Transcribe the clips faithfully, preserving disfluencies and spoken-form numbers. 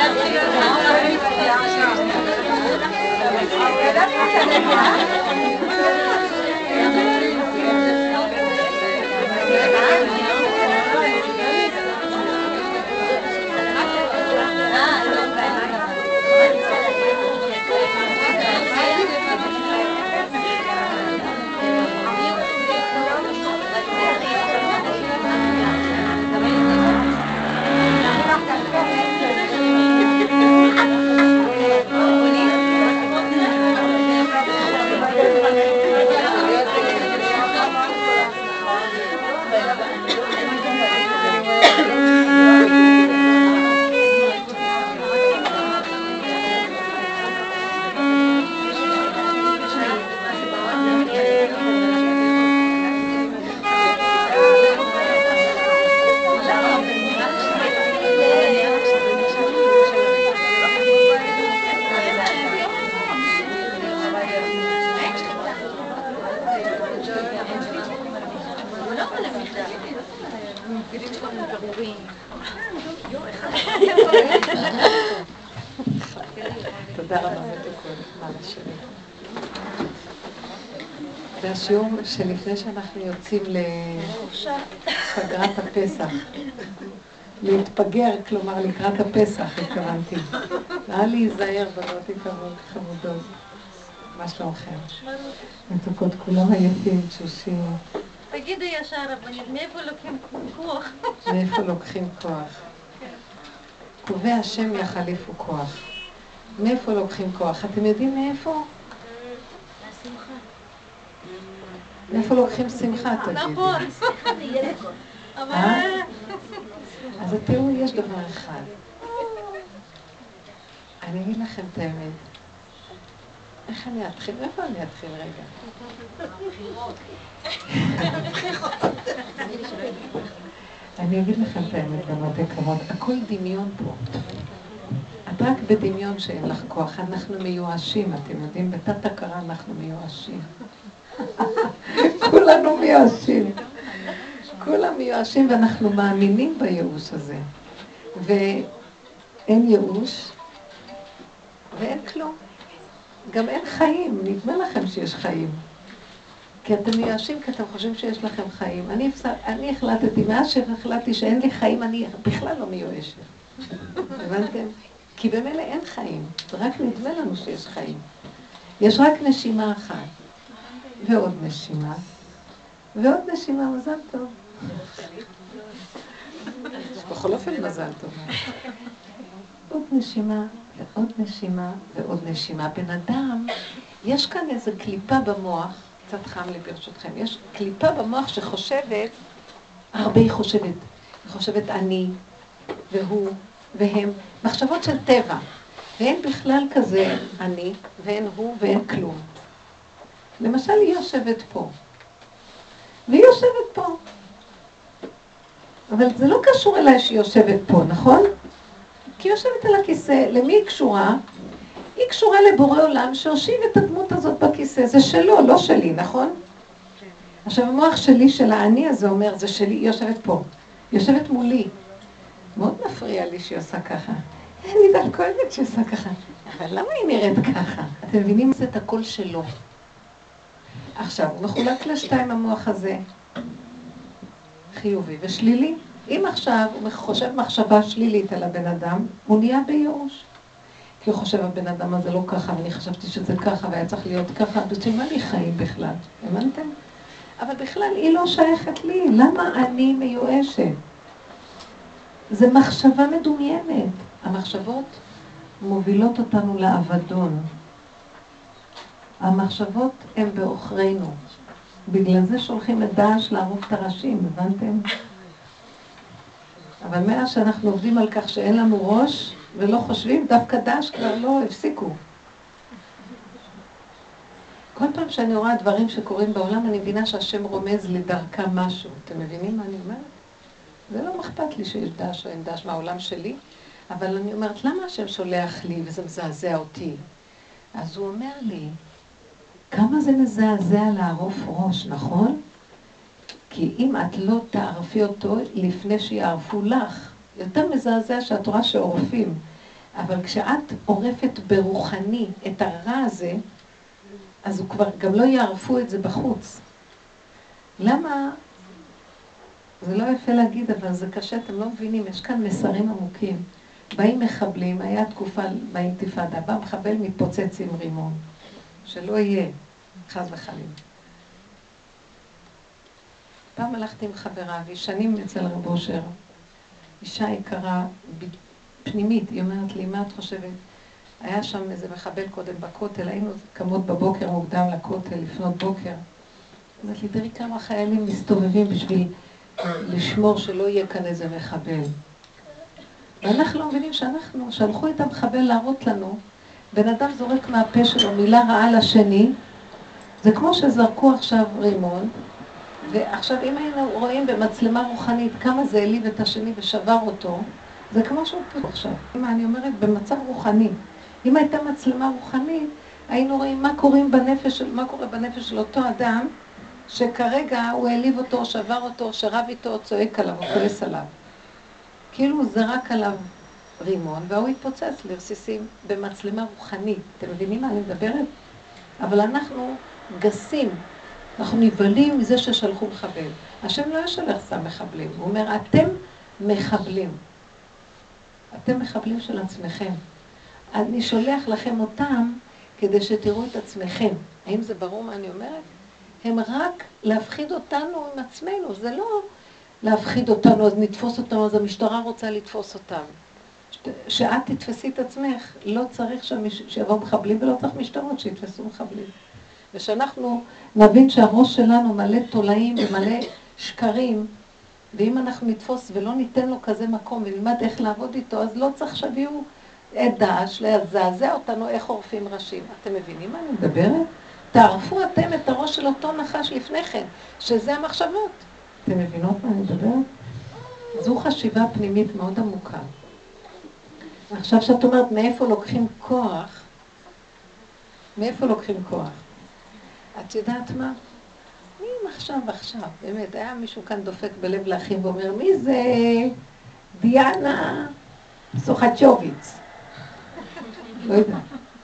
תודה רבה ותיקון, מעלה שלי. זה השיעור שלפני שאנחנו יוצאים לפגרת הפסח. להתפגר, כלומר לקראת הפסח, התכוונתי. היה להיזהר בנות יקרות, חמודות. מה שלומכם? מתוקות כולם עייפים, תשושים. תגידו ישר, רבנית, מאיפה לוקחים כוח? מאיפה לוקחים כוח? קובע השם יחליפו כוח. מאיפה לוקחים כוח? אתם יודעים מאיפה? מהשמחה. מאיפה לוקחים שמחה, תגידי? נכון, שמחה נהיה לכל. אבל... אז תראו, יש דבר אחד. אני אגיד לכם את האמת. איך אני אתחיל? איפה אני אתחיל רגע? אני אגיד לכם את האמת, בנות יקרות. הכל דמיון פה. את רק בדמיון שאין לך כוח. אנחנו מיואשים, אתם יודעים? בתת הכרה אנחנו מיואשים. כולנו מיואשים. כולם מיואשים ואנחנו מאמינים בייאוש הזה. ואין ייאוש ואין כלום. גם אין חיים, נדמה לכם שיש חיים. כי אתם מיואשים כי אתם חושבים שיש לכם חיים. אני, אפשר, אני החלטתי, מאז שהחלטתי שאין לי חיים, אני בכלל לא מיואשת. הבנתם? כי במילא אין חיים, רק נדמה לנו שיש חיים. יש רק נשימה אחת, ועוד נשימה, ועוד נשימה, מזל טוב. בכל אופן מזל טוב. עוד נשימה, ועוד נשימה, ועוד נשימה. בן אדם, יש כאן איזו קליפה במוח, קצת חם לי ברשותכם, יש קליפה במוח שחושבת, הרבה היא חושבת, היא חושבת אני, והוא, והם, מחשבות של טבע, ואין בכלל כזה אני, ואין הוא, ואין כלום. למשל, היא יושבת פה, והיא יושבת פה. אבל זה לא קשור אליי שהיא יושבת פה, נכון? כי היא יושבת על הכיסא, למי היא קשורה? היא קשורה לבורא עולם שהושיב את הדמות הזאת בכיסא, זה שלו, לא שלי, נכון? עכשיו, המוח שלי, של האני הזה אומר, זה שלי, היא יושבת פה, היא יושבת מולי. מאוד מפריע לי שהיא עושה ככה. אין לי דת כואבת שהיא עושה ככה. אבל למה היא נראית ככה? אתם מבינים? זה את הכל שלו. עכשיו, הוא מחולק לשתיים המוח הזה, חיובי ושלילי. אם עכשיו הוא חושב מחשבה שלילית על הבן אדם, הוא נהיה בייאוש. כי הוא חושב הבן אדם הזה לא ככה, ואני חשבתי שזה ככה, והיה צריך להיות ככה, בשביל מה לי חיים בכלל? הבנתם? אבל בכלל היא לא שייכת לי. למה אני מיואשת? זה מחשבה מדומיינת. המחשבות מובילות אותנו לאבדון. המחשבות הן באוכרינו. בגלל זה שולחים את דאעש לערוף את הראשים, הבנתם? אבל מאז שאנחנו עובדים על כך שאין לנו ראש ולא חושבים, דווקא דאעש כבר לא הפסיקו. כל פעם שאני רואה דברים שקורים בעולם, אני מבינה שהשם רומז לדרכה משהו. אתם מבינים מה אני אומרת? זה לא אכפת לי שיש דאעש או אין דאעש מהעולם שלי, אבל אני אומרת, למה השם שולח לי וזה מזעזע אותי? אז הוא אומר לי, כמה זה מזעזע לערוף ראש, נכון? כי אם את לא תערפי אותו לפני שיערפו לך, יותר מזעזע שאת רואה שעורפים. אבל כשאת עורפת ברוחני את הרע הזה, אז הוא כבר גם לא יערפו את זה בחוץ. למה? זה לא יפה להגיד, אבל זה קשה, אתם לא מבינים, יש כאן מסרים עמוקים. באים מחבלים, היה תקופה באינתיפאדה, בא מחבל מתפוצץ עם רימון, שלא יהיה, חס וחלילה. פעם הלכתי עם חברה, והיא שנים אצל רב אושר, אישה יקרה, פנימית, היא אומרת לי, מה את חושבת? היה שם איזה מחבל קודם בכותל, היינו קמות בבוקר מוקדם לכותל, לפנות בוקר. אומרת לי, תראי כמה חיילים מסתובבים בשביל לשמור שלא יהיה כאן איזה מחבל. ואנחנו לא מבינים שאנחנו, שלחו את המחבל להראות לנו, בן אדם זורק מהפה שלו מילה רעה לשני, זה כמו שזרקו עכשיו רימון, ועכשיו אם היינו רואים במצלמה רוחנית כמה זה העליב את השני ושבר אותו, זה כמו שהוא פה עכשיו. אם אני אומרת במצב רוחני, אם הייתה מצלמה רוחנית, היינו רואים מה קוראים בנפש, מה קורה בנפש של אותו אדם, שכרגע הוא העליב אותו, שבר אותו, שרב איתו, צועק עליו, הוא כועס עליו. כאילו הוא זרק עליו רימון, והוא התפוצץ לרסיסים במצלמה רוחנית. אתם מבינים מה אני מדברת? אבל אנחנו גסים, אנחנו נבלים מזה ששלחו מחבל. השם לא ישלח סתם מחבלים, הוא אומר, אתם מחבלים. אתם מחבלים של עצמכם. אני שולח לכם אותם כדי שתראו את עצמכם. האם זה ברור מה אני אומרת? הם רק להפחיד אותנו עם עצמנו, זה לא להפחיד אותנו, אז נתפוס אותנו, אז המשטרה רוצה לתפוס אותם. שאת תתפסי את עצמך, לא צריך שיבואו מחבלים ולא צריך משטרות שיתפסו מחבלים. ושאנחנו נבין שהראש שלנו מלא תולעים ומלא שקרים, ואם אנחנו נתפוס ולא ניתן לו כזה מקום ונלמד איך לעבוד איתו, אז לא צריך שביהו את דעש, להזעזע אותנו איך עורפים ראשים. אתם מבינים מה אני מדברת? תערפו אתם את הראש של אותו נחש לפני כן, שזה המחשבות. אתם מבינות מה אני מדברת? זו חשיבה פנימית מאוד עמוקה. עכשיו שאת אומרת, מאיפה לוקחים כוח? מאיפה לוקחים כוח? את יודעת מה? מי עכשיו עכשיו? באמת, היה מישהו כאן דופק בלב לאחים ואומר, מי זה? דיאנה סוחצ'וביץ. לא יודע.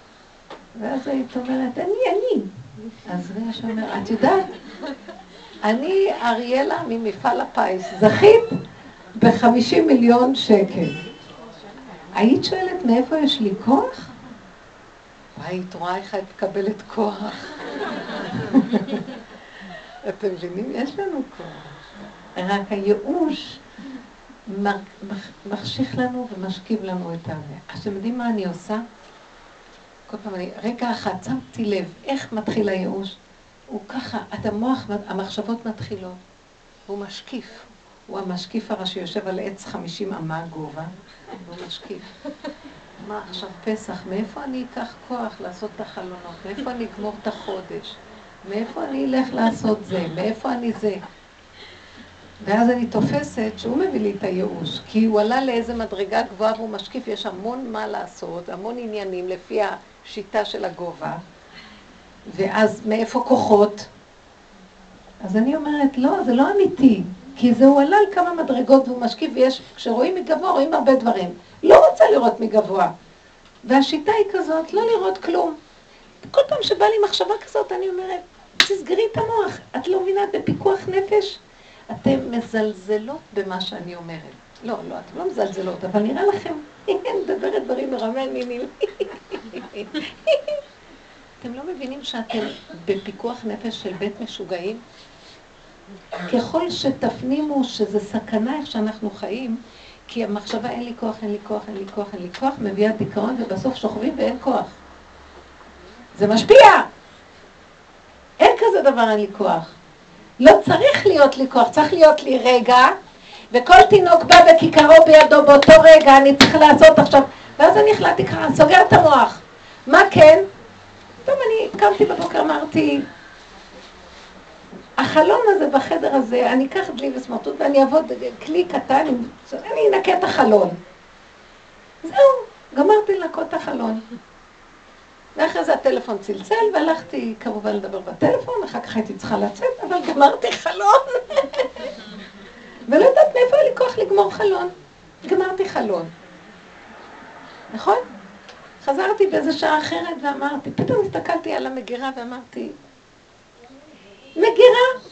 ואז היית אומרת, אני, אני. אז ריש אומר, את יודעת? אני אריאלה ממפעל הפיס, זכית ב-חמישים מיליון שקל. היית שואלת מאיפה יש לי כוח? היית רואה איך את מקבלת כוח. אתם מבינים? יש לנו כוח. רק הייאוש מחשיך לנו ומשכיב לנו את העניין. אז אתם יודעים מה אני עושה? כל פעם אני, רגע אחד, שמתי לב, איך מתחיל הייאוש? הוא ככה, את המוח, המחשבות מתחילות. הוא משקיף. הוא המשקיף הראשי, יושב על עץ חמישים אמה גובה, והוא משקיף. מה עכשיו פסח? מאיפה אני אקח כוח לעשות את החלונות? מאיפה אני אגמור את החודש? מאיפה אני אלך לעשות זה? מאיפה אני זה? ואז אני תופסת שהוא מביא לי את הייאוש, כי הוא עלה לאיזה מדרגה גבוהה והוא משקיף, יש המון מה לעשות, המון עניינים לפי השיטה של הגובה, ואז מאיפה כוחות? אז אני אומרת, לא, זה לא אמיתי, כי זה הוא עלה על כמה מדרגות והוא משקיף, ויש, כשרואים מגבוה רואים הרבה דברים. לא רוצה לראות מגבוה. והשיטה היא כזאת, לא לראות כלום. כל פעם שבא לי מחשבה כזאת, אני אומרת, תסגרי את המוח, את לא מבינה בפיקוח נפש? אתם מזלזלות במה שאני אומרת. לא, לא, אתם לא מזלזלות, אבל נראה לכם, מדברת דברים מרמנים. אתם לא מבינים שאתם בפיקוח נפש של בית משוגעים? ככל שתפנימו שזה סכנה איך שאנחנו חיים, כי המחשבה אין לי כוח, אין לי כוח, אין לי כוח, אין לי כוח, מביאה דיכאון ובסוף שוכבים ואין כוח. זה משפיע! אין כזה דבר אין לי כוח. לא צריך להיות לי כוח, צריך להיות לי רגע, וכל תינוק בא בכיכרו בידו באותו רגע, אני צריך לעשות עכשיו, ואז אני החלטתי ככה, סוגר את המוח. מה כן? טוב, אני קמתי בבוקר, אמרתי, החלון הזה בחדר הזה, אני אקח דלי וסמרטוט ואני אעבוד כלי קטן, אני אנקה את החלון. זהו, גמרתי לנקות את החלון. ואחרי זה הטלפון צלצל, והלכתי כמובן לדבר בטלפון, אחר כך הייתי צריכה לצאת, אבל גמרתי חלון. ולא יודעת מאיפה היה לי כוח לגמור חלון. גמרתי חלון. נכון? חזרתי באיזה שעה אחרת ואמרתי, פתאום הסתכלתי על המגירה ואמרתי, מגירה!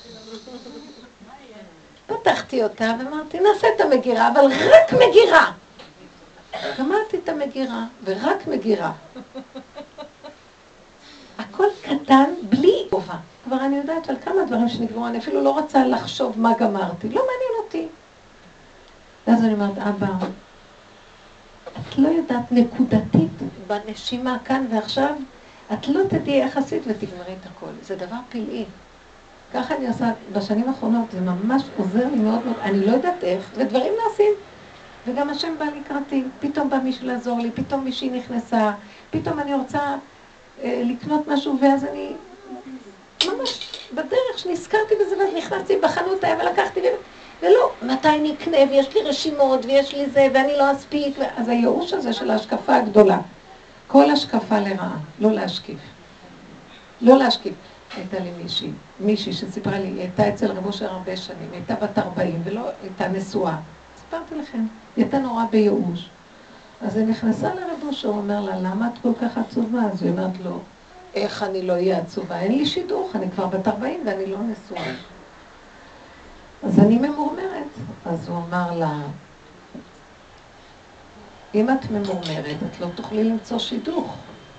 פתחתי אותה ואמרתי, נעשה את המגירה, אבל רק מגירה! גמרתי את המגירה, ורק מגירה. הכל קטן, בלי טובה. כבר אני יודעת על כמה דברים שנגמרו, אני אפילו לא רוצה לחשוב מה גמרתי, לא מעניין אותי. ואז אני אומרת, אבא, את לא יודעת נקודתית בנשימה כאן ועכשיו, את לא תדעי איך עשית ותגמרי את הכל. זה דבר פלאי. ככה אני עושה בשנים האחרונות, זה ממש עוזר לי מאוד מאוד, אני לא יודעת איך, ודברים נעשים. וגם השם בא לקראתי, פתאום בא מישהו לעזור לי, פתאום מישהי נכנסה, פתאום אני רוצה אה, לקנות משהו, ואז אני ממש בדרך שנזכרתי בזה, ואז נכנסתי בחנות היה ולקחתי, ו... ולא, מתי נקנה, ויש לי רשימות, ויש לי זה, ואני לא אספיק, ו... אז הייאוש הזה של ההשקפה הגדולה, כל השקפה לרעה, לא להשקיף. לא להשקיף. הייתה לי מישהי, מישהי שסיפרה לי, היא הייתה אצל רב אושר הרבה שנים, היא הייתה בת ארבעים, ולא הייתה נשואה. סיפרתי לכם, היא הייתה נורא בייאוש. אז היא נכנסה לרב אושר, הוא אומר לה, למה את כל כך עצובה? אז היא אומרת לו, איך אני לא אהיה עצובה? אין לי שידוך, אני כבר בת ארבעים ואני לא נשואה. אז אני ממורמרת. אז הוא אמר לה, אם את ממורמרת, את לא תוכלי למצוא שידוך.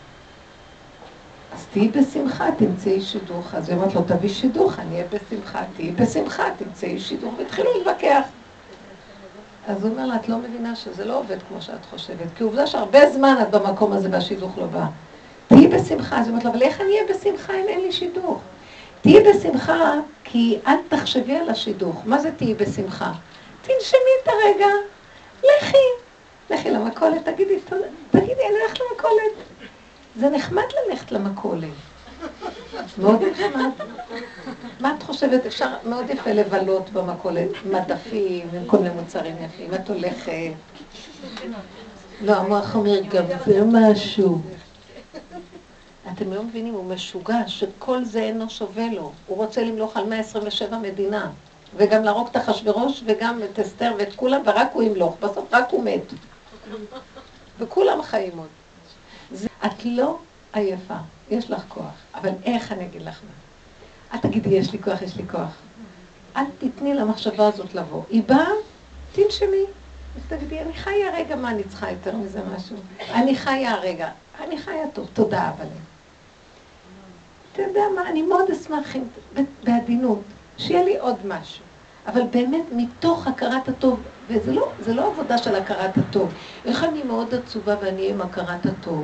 אז תהי בשמחה, תמצאי שידוך. אז היא אומרת לו, תביא שידוך, אני אהיה בשמחה. תהי בשמחה, תמצאי שידוך. והתחילו להתווכח. אז הוא אומר לה, את לא מבינה שזה לא עובד כמו שאת חושבת, כי עובדה שהרבה זמן את במקום הזה והשידוך לא בא. תהי בשמחה. אז היא אומרת לה, אבל איך אני אהיה בשמחה אם אין לי שידוך? תהי בשמחה, כי אל תחשבי על השידוך. מה זה תהי בשמחה? תנשמי את הרגע, לכי. לכי למכולת, תגידי, תגידי, אני הולכת למכולת. זה נחמד ללכת למכולת. מאוד נחמד. מה את חושבת? אפשר מאוד יפה לבלות במכולת, מדפים, עם כל מיני מוצרים יפים. את הולכת... לא, המוח אומר, גם זה משהו. אתם לא מבינים, הוא משוגע שכל זה אינו שווה לו. הוא רוצה למלוך על מאה עשרים ושבע מדינה, וגם להרוג את אחשוורוש וגם את אסתר ואת כולם, ורק הוא ימלוך. בסוף רק הוא מת. וכולם חיים עוד. את לא עייפה, יש לך כוח, אבל איך אני אגיד לך מה? את תגידי, יש לי כוח, יש לי כוח. אל תתני למחשבה הזאת לבוא. היא באה, תנשמי. אז תגידי, אני חיה הרגע, מה אני צריכה יותר מזה משהו? אני חיה הרגע, אני חיה טוב, תודה אבל. אתה יודע מה, אני מאוד אשמח בעדינות, שיהיה לי עוד משהו. אבל באמת מתוך הכרת הטוב, וזה לא, זה לא עבודה של הכרת הטוב. איך אני מאוד עצובה ואני אהיה עם הכרת הטוב?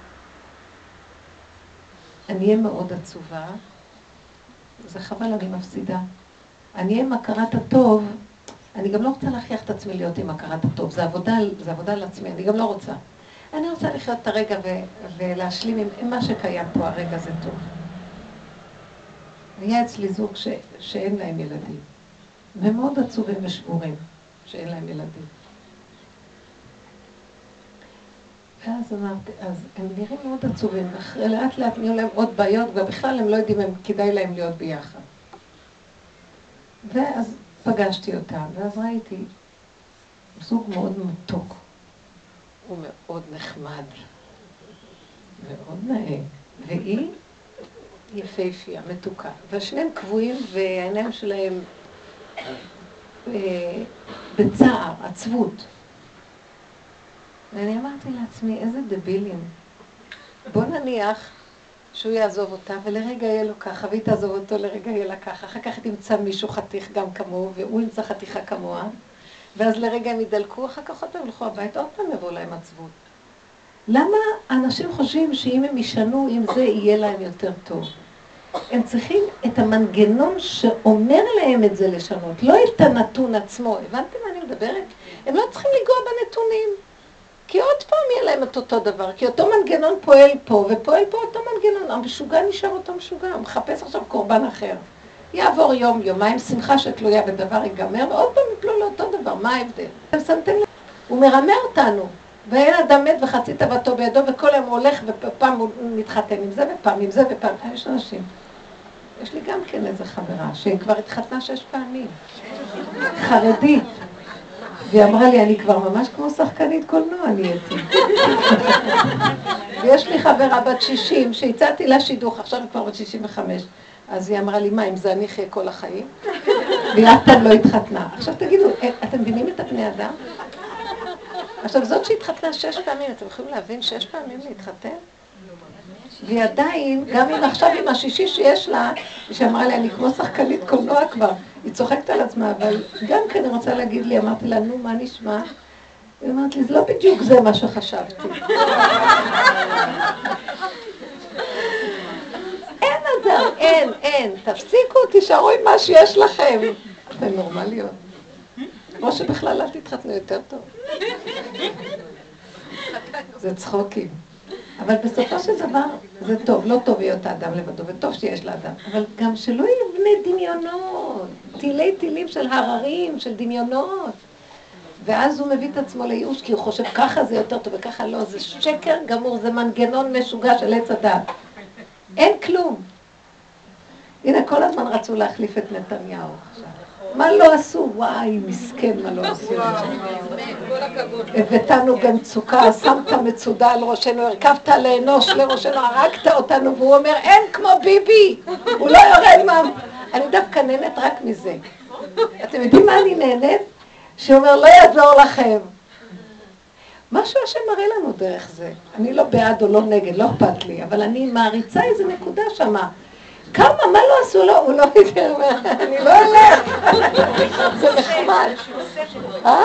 אני אהיה מאוד עצובה, זה חבל, אני מפסידה. אני אהיה עם הכרת הטוב, אני גם לא רוצה להכריח את עצמי להיות עם הכרת הטוב, זה עבודה, זה עבודה על עצמי, אני גם לא רוצה. אני רוצה לחיות את הרגע ו- ולהשלים עם, עם מה שקיים פה, הרגע זה טוב. היה אצלי זוג ש- שאין להם ילדים, והם מאוד עצובים ושבורים שאין להם ילדים. ואז אמרתי, אז הם נראים מאוד עצובים, ואחרי לאט לאט נהיו להם עוד בעיות, ובכלל הם לא יודעים אם כדאי להם להיות ביחד. ואז פגשתי אותם, ואז ראיתי זוג מאוד מתוק. הוא מאוד נחמד, מאוד נאה, והיא יפהפייה, מתוקה. והשניהם קבועים, והעיניים שלהם אה, בצער, עצבות. ואני אמרתי לעצמי, איזה דבילים. בוא נניח שהוא יעזוב אותה, ולרגע יהיה לו ככה, והיא תעזוב אותו, לרגע יהיה לה ככה. אחר כך תמצא מישהו חתיך גם כמוהו, והוא ימצא חתיכה כמוה. ואז לרגע הם ידלקו, אחר כך עוד פעם ילכו הביתה, עוד פעם יבואו להם עצבות. למה אנשים חושבים שאם הם ישנו, אם זה יהיה להם יותר טוב? הם צריכים את המנגנון שאומר להם את זה לשנות, לא את הנתון עצמו. הבנתם מה אני מדברת? הם לא צריכים לגוע בנתונים. כי עוד פעם יהיה להם את אותו דבר, כי אותו מנגנון פועל פה, ופועל פה אותו מנגנון. המשוגע נשאר אותו משוגע, הוא מחפש עכשיו קורבן אחר. יעבור יום, יומיים, שמחה שתלויה בדבר ייגמר, ועוד פעם יפלו לאותו דבר, מה ההבדל? אתם שמתם לב? הוא מרמה אותנו, ואין אדם מת וחצי תוותו בידו, וכל היום הוא הולך, ופעם הוא מתחתן עם זה, ופעם עם זה, ופעם... יש אנשים. יש לי גם כן איזו חברה, שהיא כבר התחתנה שש פעמים. חרדית. והיא אמרה לי, אני כבר ממש כמו שחקנית קולנוע נהייתי. ויש לי חברה בת שישים, שהצעתי לה שידוך, עכשיו היא כבר בת שישים וחמש. אז היא אמרה לי, מה, אם זה אני חיה כל החיים? והיא אף פעם לא התחתנה. עכשיו תגידו, אתם מבינים את הבני אדם? עכשיו זאת שהתחתנה שש פעמים, אתם יכולים להבין שש פעמים להתחתן? והיא עדיין, גם אם עכשיו עם השישי שיש לה, שאמרה לי, אני כמו שחקנית קולנוע כבר, היא צוחקת על עצמה, אבל גם כן היא רוצה להגיד לי, אמרתי לה, נו, מה נשמע? היא אמרת לי, זה לא בדיוק זה מה שחשבתי. אין אדם, אין, אין, תפסיקו, תישארו עם מה שיש לכם. זה נורמליות. כמו שבכלל אל תתחתנו יותר טוב. זה צחוקים. אבל בסופו של דבר זה טוב, לא טוב להיות האדם לבדו, וטוב שיש לאדם. אבל גם שלא יבנה דמיונות, טילי טילים של הררים, של דמיונות. ואז הוא מביא את עצמו לייאוש, כי הוא חושב ככה זה יותר טוב וככה לא, זה שקר גמור, זה מנגנון משוגע של עץ הדת. אין כלום. הנה, כל הזמן רצו להחליף את נתניהו עכשיו. מה לא עשו? וואי, מסכן מה לא עשו. הבאתנו במצוקה, שמת מצודה על ראשנו, הרכבת לאנוש לראשנו, הרגת אותנו, והוא אומר, אין כמו ביבי, הוא לא יורד מה... אני דווקא נהנית רק מזה. אתם יודעים מה אני נהנית? שהוא אומר, לא יעזור לכם. משהו השם מראה לנו דרך זה. אני לא בעד או לא נגד, לא אכפת לי, אבל אני מעריצה איזו נקודה שמה. כמה, מה לא עשו לו? הוא לא יותר, אני לא אלך. זה נחמד. אה?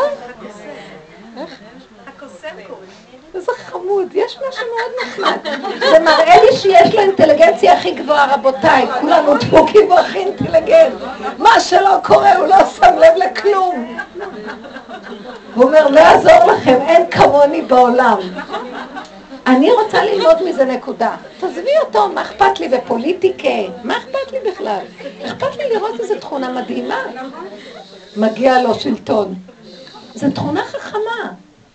איזה חמוד, יש משהו מאוד נחמד. זה מראה לי שיש לו אינטליגנציה הכי גבוהה, רבותיי. כולנו דפוקים הוא הכי אינטליגנט. מה שלא קורה, הוא לא שם לב לכלום. הוא אומר, לא יעזור לכם, אין כמוני בעולם. אני רוצה ללמוד מזה נקודה. תעזבי אותו, מה אכפת לי בפוליטיקה? מה אכפת לי בכלל? אכפת לי לראות איזו תכונה מדהימה. מגיע לו שלטון. זו תכונה חכמה.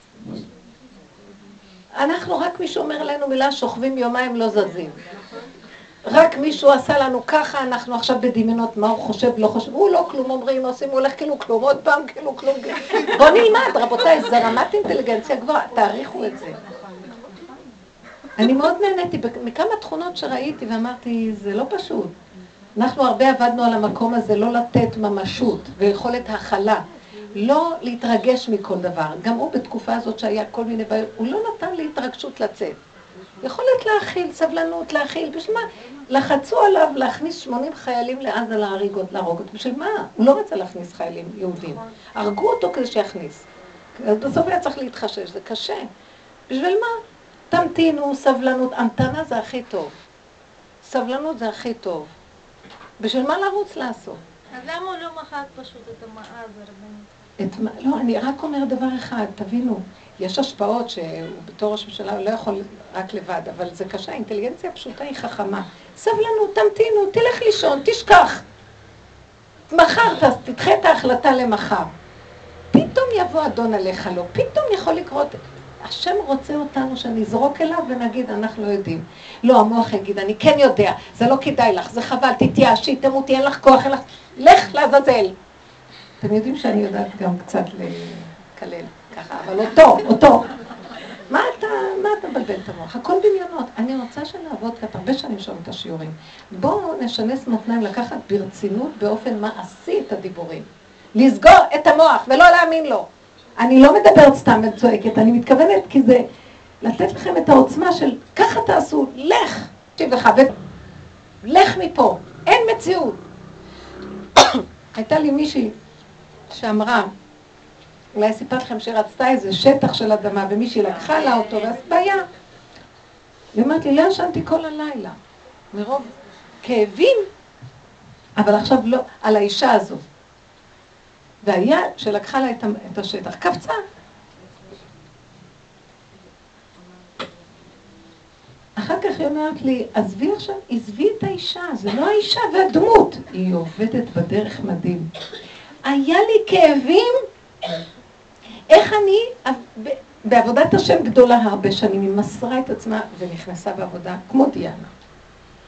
אנחנו רק מישהו אומר לנו מילה, שוכבים יומיים לא זזים. רק מישהו עשה לנו ככה, אנחנו עכשיו בדמיונות, מה הוא חושב, לא חושב, הוא לא כלום אומרים, עושים, הוא הולך כאילו כלום, עוד פעם כאילו כלום. בוא נלמד, רבותיי, זה רמת אינטליגנציה גבוהה, תעריכו את זה. אני מאוד נהניתי מכמה תכונות שראיתי ואמרתי, זה לא פשוט. אנחנו הרבה עבדנו על המקום הזה, לא לתת ממשות ויכולת הכלה, לא להתרגש מכל דבר. גם הוא בתקופה הזאת שהיה כל מיני בעיות, הוא לא נתן להתרגשות לצאת. יכולת להכיל, סבלנות, להכיל, בשביל מה? לחצו עליו להכניס שמונים חיילים לעזה להריגות, להרוגות. בשביל מה? הוא לא רצה להכניס חיילים יהודים. הרגו אותו כדי שיכניס. אז בסוף היה צריך להתחשש, זה קשה. בשביל מה? תמתינו, סבלנות, המתנה זה הכי טוב. סבלנות זה הכי טוב. בשביל מה לרוץ לעשות? אז למה הוא לא מחק פשוט את המעז הרבנית? את, לא, אני רק אומר דבר אחד, תבינו, יש השפעות שהוא בתור ראש ממשלה לא יכול רק לבד, אבל זה קשה, האינטליגנציה הפשוטה היא חכמה. סבלנות, תמתינו, תלך לישון, תשכח. מחר, תדחה את ההחלטה למחר. פתאום יבוא אדון עליך לו, פתאום יכול לקרות... השם רוצה אותנו שנזרוק אליו ונגיד, אנחנו לא יודעים. לא, המוח יגיד, אני כן יודע, זה לא כדאי לך, זה חבל, תתייאשי, תמותי, אין לך כוח, אין לך... לך לעזאזל. אתם יודעים שאני יודעת גם קצת לקלל ככה, אבל אותו, אותו. מה אתה, מה אתה מבלבל את המוח? הכל דמיונות. אני רוצה שנעבוד ככה, הרבה שנים שומעים את השיעורים. בואו נשנס מותניים לקחת ברצינות באופן מעשי את הדיבורים. לסגור את המוח ולא להאמין לו. אני לא מדברת סתם וצועקת, אני מתכוונת כי זה לתת לכם את העוצמה של ככה תעשו, לך, תשבך, לך מפה, אין מציאות. הייתה לי מישהי שאמרה, אולי סיפרת לכם שרצתה איזה שטח של אדמה ומישהי לקחה לה אותו ואז בעיה. היא אומרת לי, לא ישנתי כל הלילה, מרוב כאבים, אבל עכשיו לא, על האישה הזו. והיד שלקחה לה את השטח, קפצה. אחר כך היא אומרת לי, עזבי עכשיו, עזבי את האישה, זה לא האישה והדמות. היא עובדת בדרך מדהים. היה לי כאבים, איך אני, בעבודת השם גדולה הרבה שנים, היא מסרה את עצמה ונכנסה בעבודה כמו דיאנה.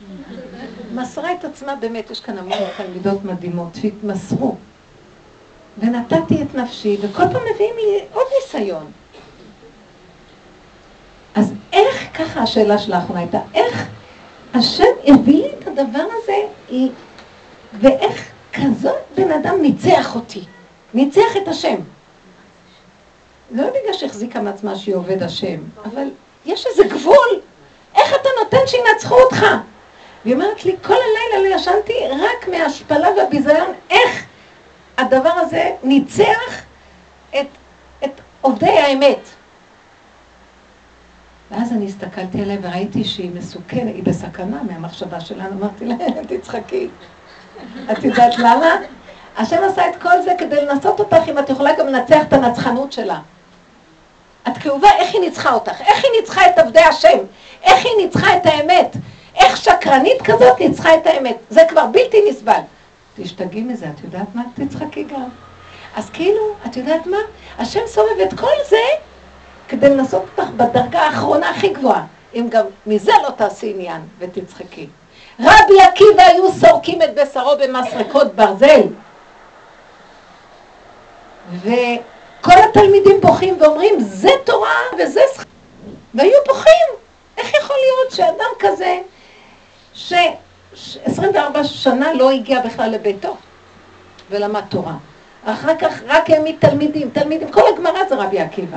מסרה את עצמה, באמת, יש כאן המון תלמידות מדהימות שהתמסרו. ונתתי את נפשי, וכל פעם מביאים לי עוד ניסיון. אז איך, ככה השאלה של האחרונה הייתה, איך השם הביא לי את הדבר הזה, ואיך כזאת בן אדם ניצח אותי, ניצח את השם. לא בגלל שהחזיקה מעצמה שהיא עובד השם, אבל יש איזה גבול, איך אתה נותן שינצחו אותך? והיא אומרת לי, כל הלילה לא ישנתי רק מההשפלה והביזיון, איך הדבר הזה ניצח את, את עובדי האמת. ואז אני הסתכלתי עליה וראיתי שהיא מסוכנת, היא בסכנה מהמחשבה שלנו, אמרתי לה, תצחקי. את יודעת למה? השם עשה את כל זה כדי לנסות אותך, אם את יכולה גם לנצח את הנצחנות שלה. את כאובה, איך היא ניצחה אותך? איך היא ניצחה את עבדי השם? איך היא ניצחה את האמת? איך שקרנית כזאת ניצחה את האמת? זה כבר בלתי נסבל. תשתגעי מזה, את יודעת מה? תצחקי גם. אז כאילו, את יודעת מה? השם סובב את כל זה כדי לנסות אותך בדרגה האחרונה הכי גבוהה. אם גם מזה לא תעשי עניין ותצחקי. רבי עקיבא היו סורקים את בשרו במסרקות ברזל. וכל התלמידים בוכים ואומרים, זה תורה וזה שכר. והיו בוכים. איך יכול להיות שאדם כזה, ש-עשרים וארבע שנה לא הגיע בכלל לביתו ולמד תורה. אחר כך רק העמיד תלמידים, תלמידים, כל הגמרא זה רבי עקיבא.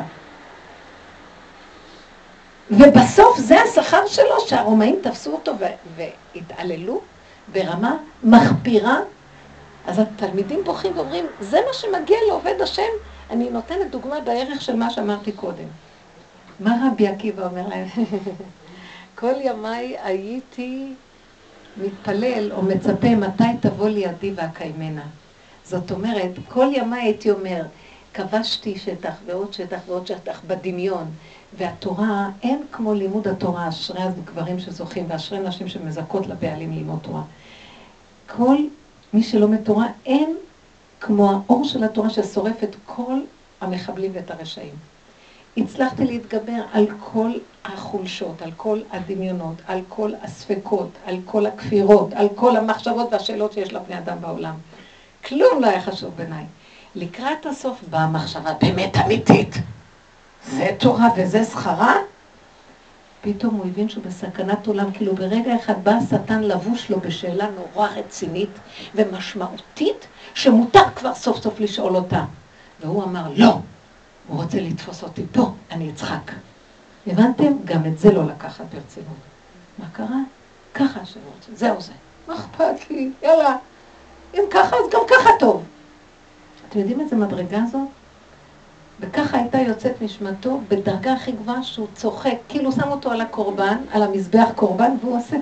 ובסוף זה השכר שלו, שהרומאים תפסו אותו והתעללו ברמה מחפירה. אז התלמידים בוכים ואומרים, זה מה שמגיע לעובד השם. אני נותנת דוגמה בערך של מה שאמרתי קודם. מה רבי עקיבא אומר להם? כל ימיי הייתי מתפלל או מצפה מתי תבוא לידי והקיימנה. זאת אומרת, כל ימיי הייתי אומר, כבשתי שטח ועוד שטח ועוד שטח בדמיון. והתורה, אין כמו לימוד התורה, אשרי הגברים שזוכים ואשרי נשים שמזכות לבעלים ללמוד תורה. כל מי שלומד תורה, אין כמו האור של התורה ששורף את כל המחבלים ואת הרשעים. הצלחתי להתגבר על כל החולשות, על כל הדמיונות, על כל הספקות, על כל הכפירות, על כל המחשבות והשאלות שיש לבני אדם בעולם. כלום לא היה חשוב בעיניי. לקראת הסוף באה המחשבה באמת אמיתית. זה תורה וזה שכרה? פתאום הוא הבין שהוא בסכנת עולם, כאילו ברגע אחד בא השטן לבוש לו בשאלה נורא רצינית ומשמעותית, שמותר כבר סוף סוף לשאול אותה. והוא אמר, לא, הוא רוצה לתפוס אותי פה, אני אצחק. הבנתם? גם את זה לא לקחת ברצינות. מה קרה? ככה השם רוצה, זהו זה. מה אכפת לי? יאללה. אם ככה, אז גם ככה טוב. אתם יודעים איזה מדרגה זאת? וככה הייתה יוצאת נשמתו בדרגה הכי גבוהה שהוא צוחק, כאילו שם אותו על הקורבן, על המזבח קורבן, והוא עושה...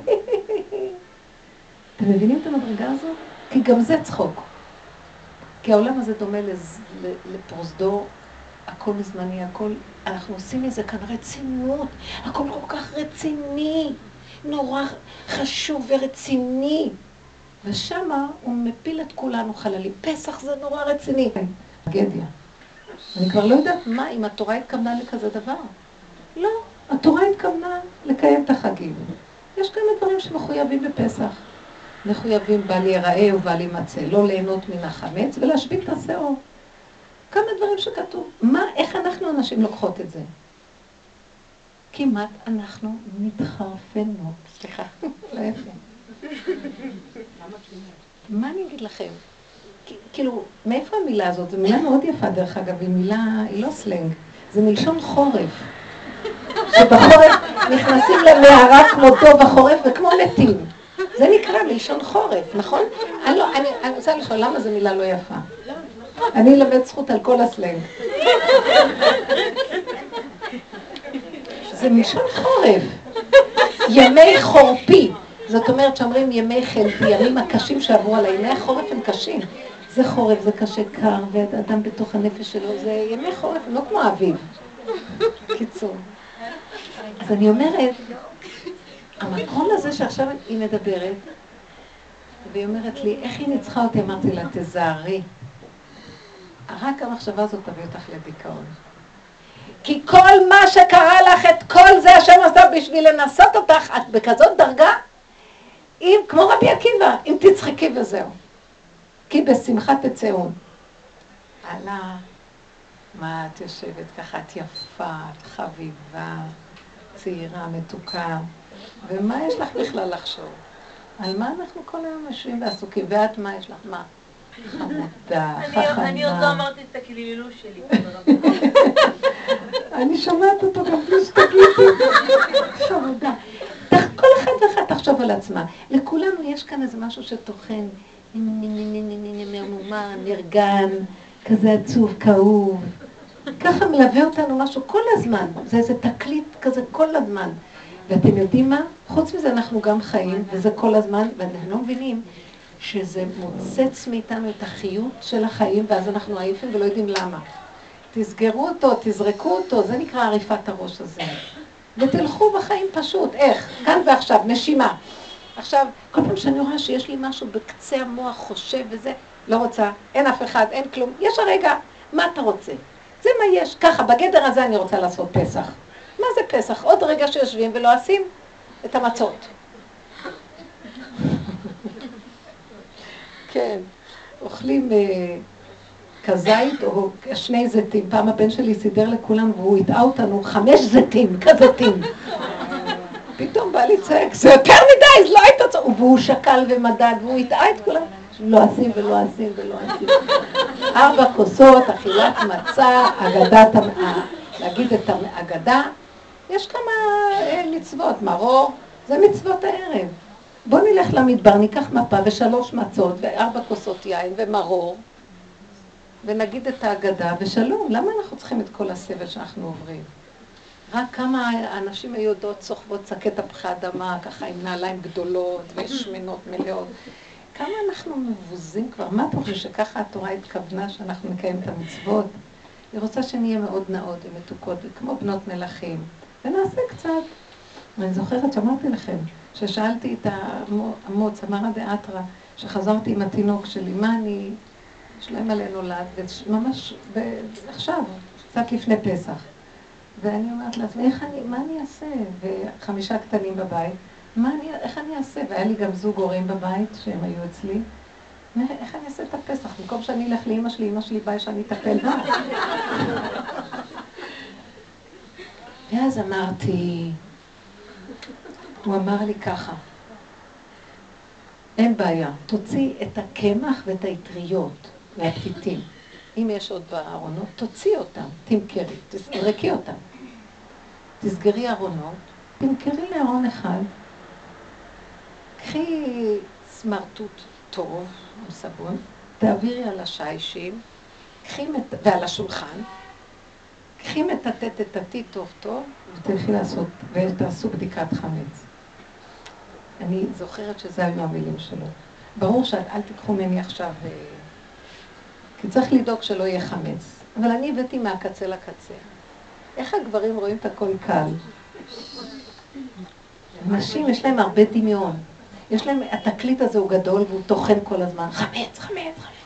אתם מבינים את המדרגה הזאת? כי גם זה צחוק. כי העולם הזה דומה לפרוזדור, הכל מזמני, הכל... אנחנו עושים מזה כאן רצינות, הכל כל כך רציני, נורא חשוב ורציני. ושמה הוא מפיל את כולנו חללים. פסח זה נורא רציני. טרגדיה. אני כבר לא יודעת מה, אם התורה התכוונה לכזה דבר. לא, התורה התכוונה לקיים את החגים. יש כמה דברים שמחויבים בפסח. מחויבים בל ייראה ובל יימצא, לא ליהנות מן החמץ ולהשבית את השאור. כמה דברים שכתוב. מה, איך אנחנו אנשים לוקחות את זה? כמעט אנחנו מתחרפנות. סליחה, לא יפה. מה אני אגיד לכם? כאילו, מאיפה המילה הזאת? זו מילה מאוד יפה דרך אגב, היא מילה, היא לא סלנג, זה מלשון חורף. שבחורף נכנסים למערה כמו דוב החורף וכמו מתים. זה נקרא מלשון חורף, נכון? אני, לא, אני, אני רוצה לשאול, למה זו מילה לא יפה? אני אלמד זכות על כל הסלנג. זה מלשון חורף. ימי חורפי. זאת אומרת שאומרים ימי חלפי, ימים הקשים שעברו עליי, ימי החורף הם קשים. זה חורף, זה קשה קר, והאדם בתוך הנפש שלו, זה ימי חורף, לא כמו האביב. קיצור. אז אני אומרת, המקום הזה שעכשיו היא מדברת, והיא אומרת לי, איך היא ניצחה אותי? אמרתי לה, תזהרי. רק המחשבה הזאת תביא אותך לדיכאון. כי כל מה שקרה לך, את כל זה השם עשה בשביל לנסות אותך, את בכזאת דרגה, אם, כמו רבי עקיבא, אם תצחקי וזהו. כי בשמחה תצאון. עלה, מה את יושבת ככה, את יפה, את חביבה, צעירה, מתוקה, ומה יש לך בכלל לחשוב? על מה אנחנו כל היום יושבים ועסוקים, ואת מה יש לך? מה? חמודה, חכמה. אני עוד לא אמרתי את הקלילוש שלי. אני שומעת אותו גם בלי שתגידי. חמודה. כל אחד ואחד תחשוב על עצמה. לכולנו יש כאן איזה משהו שטוחן, מרמומה, נרגן, כזה עצוב, כאוב. ככה מלווה אותנו משהו כל הזמן. זה איזה תקליט כזה כל הזמן. ואתם יודעים מה? חוץ מזה אנחנו גם חיים, וזה כל הזמן, ואנחנו לא מבינים שזה מוצץ מאיתנו את החיות של החיים, ואז אנחנו עייפים ולא יודעים למה. תסגרו אותו, תזרקו אותו, זה נקרא עריפת הראש הזה. ותלכו בחיים פשוט, איך? כאן ועכשיו, נשימה. עכשיו, כל פעם שאני רואה שיש לי משהו בקצה המוח חושב וזה, לא רוצה, אין אף אחד, אין כלום. יש הרגע, מה אתה רוצה? זה מה יש, ככה, בגדר הזה אני רוצה לעשות פסח. מה זה פסח? עוד רגע שיושבים ולא עושים את המצות. כן, אוכלים אה, כזית או שני זיתים. פעם הבן שלי סידר לכולם והוא יטעה אותנו חמש זיתים, כזיתים. פתאום בא לי צעק, זה יותר מדי, זה לא היית צעק. והוא שקל ומדד והוא יטעה את כולם. לא עשים ולא עשים ולא עשים. ארבע כוסות, אכילת מצה, אגדת, להגיד את האגדה. יש כמה מצוות, מרור, זה מצוות הערב. בוא נלך למדבר, ניקח מפה ושלוש מצות וארבע כוסות יין ומרור, ונגיד את האגדה ושלום. למה אנחנו צריכים את כל הסבל שאנחנו עוברים? רק כמה אנשים היודעות סוחבות שקי תפוחי אדמה, ככה עם נעליים גדולות ושמנות מלאות. כמה אנחנו מבוזים כבר. מה אתה חושב שככה התורה התכוונה שאנחנו נקיים את המצוות? היא רוצה שנהיה מאוד נאות ומתוקות, כמו בנות מלכים. ונעשה קצת. ואני זוכרת שאמרתי לכם, ששאלתי את המוץ, אמרה דאתרא, שחזרתי עם התינוק שלי, מה אני, יש להם עלי נולד, וממש עכשיו, קצת לפני פסח. ואני אומרת לעצמי, איך אני, מה אני אעשה? וחמישה קטנים בבית, מה אני, איך אני אעשה? והיה לי גם זוג הורים בבית, שהם היו אצלי. איך אני אעשה את הפסח? במקום שאני אלך לאמא שלי, אמא שלי באה שאני אטפל בה. ואז אמרתי, הוא אמר לי ככה, אין בעיה, תוציא את הקמח ואת היטריות והפתיתים. אם יש עוד בארונות, תוציא אותם, תמכרי, תזרקי אותם. תסגרי ארונות, תמכרי לארון אחד, קחי סמרטוט טוב, עם סבון, תעבירי על השיישים, קחי מת... ועל השולחן, קחי מטטט את התי טוב טוב, ותלכי לעשות, ותעשו בדיקת חמץ. אני זוכרת שזה היו המילים שלו. ברור שאל תיקחו ממני עכשיו, כי צריך לדאוג שלא יהיה חמץ. אבל אני הבאתי מהקצה לקצה. איך הגברים רואים את הכל קל? נשים יש להם הרבה דמיון. יש להם, התקליט הזה הוא גדול והוא תוכן כל הזמן. חמץ, חמץ, חמץ.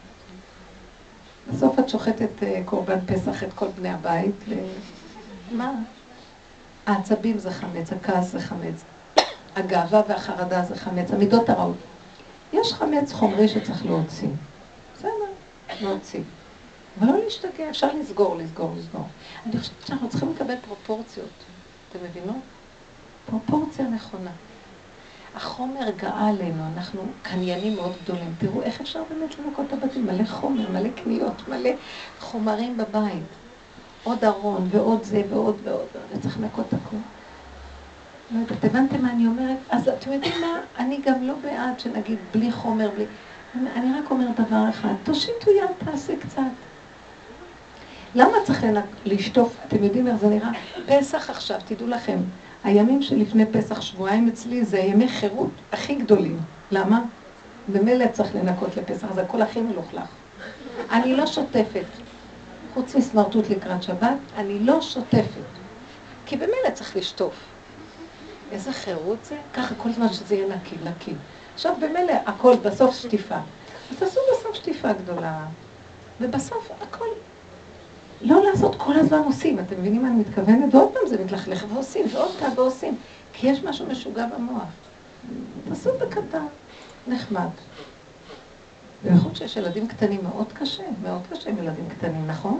בסוף את שוחטת קורבן פסח את כל בני הבית. ל... מה? העצבים זה חמץ, הכעס זה חמץ. הגאווה והחרדה זה חמץ, המידות הרעות. יש חמץ חומרי שצריך להוציא. בסדר, להוציא. אבל לא להשתגע, אפשר לסגור, לסגור, לסגור. אני חושבת שאנחנו צריכים לקבל פרופורציות. אתם מבינות? פרופורציה נכונה. החומר גאה עלינו, אנחנו קניינים מאוד גדולים. תראו איך אפשר באמת לנקות את הבתים, מלא חומר, מלא קניות, מלא חומרים בבית. עוד ארון ועוד זה ועוד ועוד, וצריך לנקות הכל. לא יודעת, הבנתם מה אני אומרת? אז אתם יודעים מה? אני גם לא בעד שנגיד בלי חומר, בלי... אני רק אומרת דבר אחד, תושיטו יד, תעשה קצת. למה צריך לשטוף? אתם יודעים איך זה נראה? פסח עכשיו, תדעו לכם, הימים שלפני פסח שבועיים אצלי זה ימי חירות הכי גדולים. למה? במילא צריך לנקות לפסח, זה הכל הכי מלוכלך. אני לא שוטפת. חוץ מסמרטוט לקראת שבת, אני לא שוטפת. כי במילא צריך לשטוף. איזה חירות זה? ככה כל זמן שזה יהיה נקי, נקי. עכשיו במילא הכל בסוף שטיפה. אז תעשו בסוף שטיפה גדולה. ובסוף הכל... לא לעשות כל הזמן עושים, אתם מבינים מה אני מתכוונת? ועוד פעם זה מתלכלך ועושים, ועוד פעם ועושים. כי יש משהו משוגע במוח. תעשו בקטן, נחמד. בייחוד שיש ילדים קטנים מאוד קשה, מאוד קשה עם ילדים קטנים, נכון?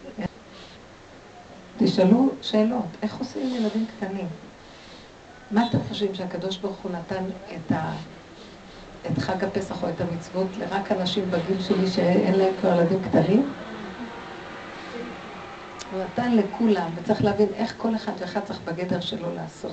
תשאלו שאלות, איך עושים עם ילדים קטנים? מה אתם חושבים שהקדוש ברוך הוא נתן את, ה... את חג הפסח או את המצוות לרק אנשים בגיל שלי שאין להם כבר ילדים קטנים? הוא נתן לכולם, וצריך להבין איך כל אחד ואחד צריך בגדר שלו לעשות.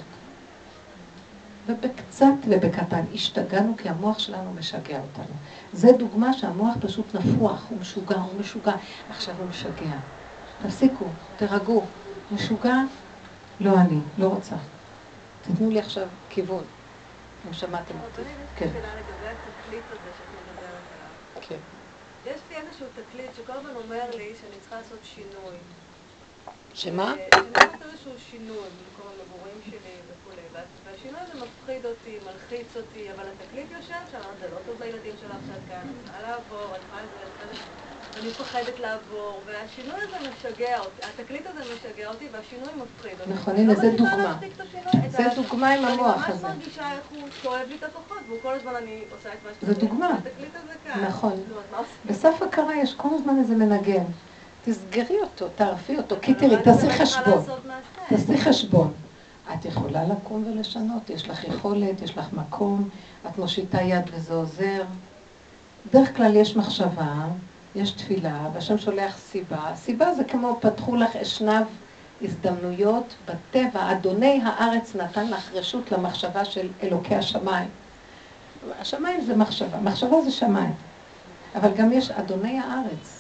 ובקצת ובקטן השתגענו כי המוח שלנו משגע אותנו. זה דוגמה שהמוח פשוט נפוח, הוא משוגע, הוא משוגע. עכשיו הוא משגע. תפסיקו, תרגעו. משוגע? לא אני, לא רוצה. תתנו לי עכשיו כיוון. אם שמעתם אותי. כן. שאלה לגבי התקליט הזה שאת מדברת עליו. כן. יש לי איזשהו תקליט שכל הזמן אומר לי שאני צריכה לעשות שינוי. שמה? שאני צריכה איזשהו שינוי במקום המגורים שלי וכולי. והשינוי הזה מפחיד אותי, מלחיץ אותי, אבל התקליט יושב שם, זה לא טוב לילדים שלה עכשיו כאן, אני צריכה לעבור, אני צריכה לזה, אני מפחדת לעבור, והשינוי הזה משגע אותי, התקליט הזה משגע אותי והשינוי מפחיד אותי. נכון, הנה, זה דוגמה. זה דוגמה עם המוח הזה. אני ממש מרגישה איך הוא שואב לי את הכוחות, והוא כל הזמן אני עושה את מה שאתה זה דוגמה. התקליט הזה כאן. נכון. בסף הכרה יש כל הזמן איזה מנגן. תסגרי אותו, תערפי אותו, כי תראי, תעשי חשבון. תעשי חשבון. את יכולה לקום ולשנות, יש לך יכולת, יש לך מקום, את מושיטה יד וזה עוזר. בדרך כלל יש מחשבה, יש תפילה, והשם שולח סיבה. הסיבה זה כמו פתחו לך אשנב הזדמנויות בטבע. אדוני הארץ נתן לך רשות למחשבה של אלוקי השמיים. השמיים זה מחשבה, מחשבה זה שמיים. אבל גם יש אדוני הארץ.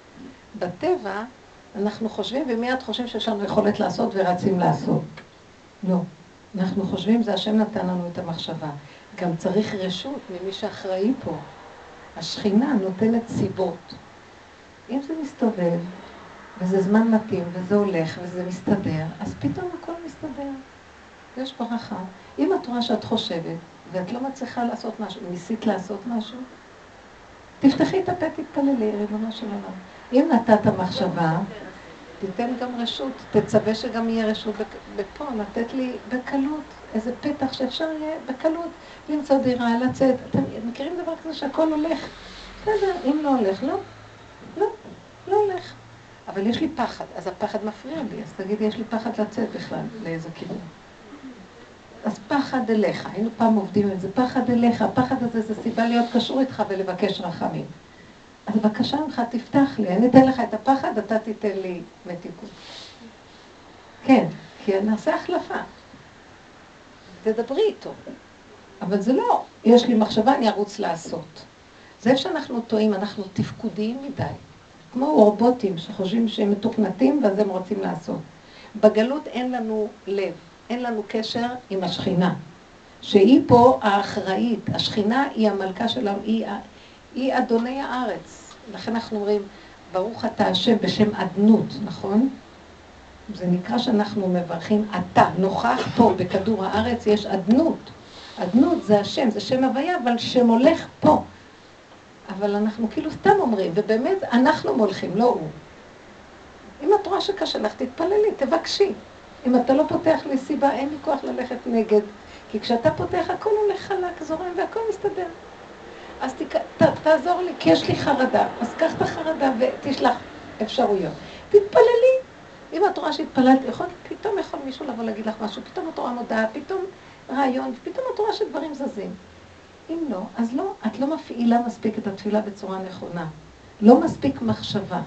בטבע אנחנו חושבים ומיד חושבים שיש לנו יכולת לעשות ורצים לעשות. לא. אנחנו חושבים זה השם נתן לנו את המחשבה. גם צריך רשות ממי שאחראי פה. השכינה נותנת סיבות. אם זה מסתובב, וזה זמן מתאים, וזה הולך, וזה מסתדר, אז פתאום הכל מסתדר. יש ברכה. אם את רואה שאת חושבת, ואת לא מצליחה לעשות משהו, ניסית לעשות משהו, תפתחי את הפה, תתפללי, ריבונו של עולם. אם נתת מחשבה, תיתן גם רשות, תצווה שגם יהיה רשות בפה, לתת לי בקלות, איזה פתח שאפשר יהיה בקלות, למצוא דירה, לצאת. אתם מכירים דבר כזה שהכל הולך? בסדר, אם לא הולך, לא, לא, לא הולך. אבל יש לי פחד, אז הפחד מפריע לי, אז תגידי, יש לי פחד לצאת בכלל, לאיזה כיוון. אז פחד אליך, היינו פעם עובדים עם זה, פחד אליך, הפחד הזה זה סיבה להיות קשור איתך ולבקש רחמים. אז בבקשה ממך, תפתח לי, אני אתן לך את הפחד, אתה תיתן לי מתיקות. כן, כי נעשה החלפה. תדברי איתו. אבל זה לא, יש לי מחשבה, אני ארוץ לעשות. זה איפה שאנחנו טועים, אנחנו תפקודיים מדי. כמו רובוטים שחושבים שהם מתוכנתים ואז הם רוצים לעשות. בגלות אין לנו לב, אין לנו קשר עם השכינה. שהיא פה האחראית, השכינה היא המלכה שלנו, היא, היא אדוני הארץ. לכן אנחנו אומרים, ברוך אתה השם בשם עדנות, נכון? זה נקרא שאנחנו מברכים, אתה נוכח פה בכדור הארץ, יש עדנות. עדנות זה השם, זה שם הוויה, אבל שם הולך פה. אבל אנחנו כאילו סתם אומרים, ובאמת אנחנו מולכים, לא הוא. אם את רואה שקשה לך, תתפללי, תבקשי. אם אתה לא פותח לי סיבה, אין לי כוח ללכת נגד. כי כשאתה פותח, הכל הולך חלק, זורם, והכל מסתדר. אז ת, ת, תעזור לי, כי יש לי חרדה. אז קח את החרדה ותשלח אפשרויות. תתפללי. אם את רואה שהתפללת, יכול, פתאום יכול מישהו לבוא להגיד לך משהו, פתאום את רואה מודעה, פתאום רעיון, פתאום את רואה שדברים זזים. אם לא, אז לא, את לא מפעילה מספיק את התפילה בצורה נכונה. לא מספיק מחשבה.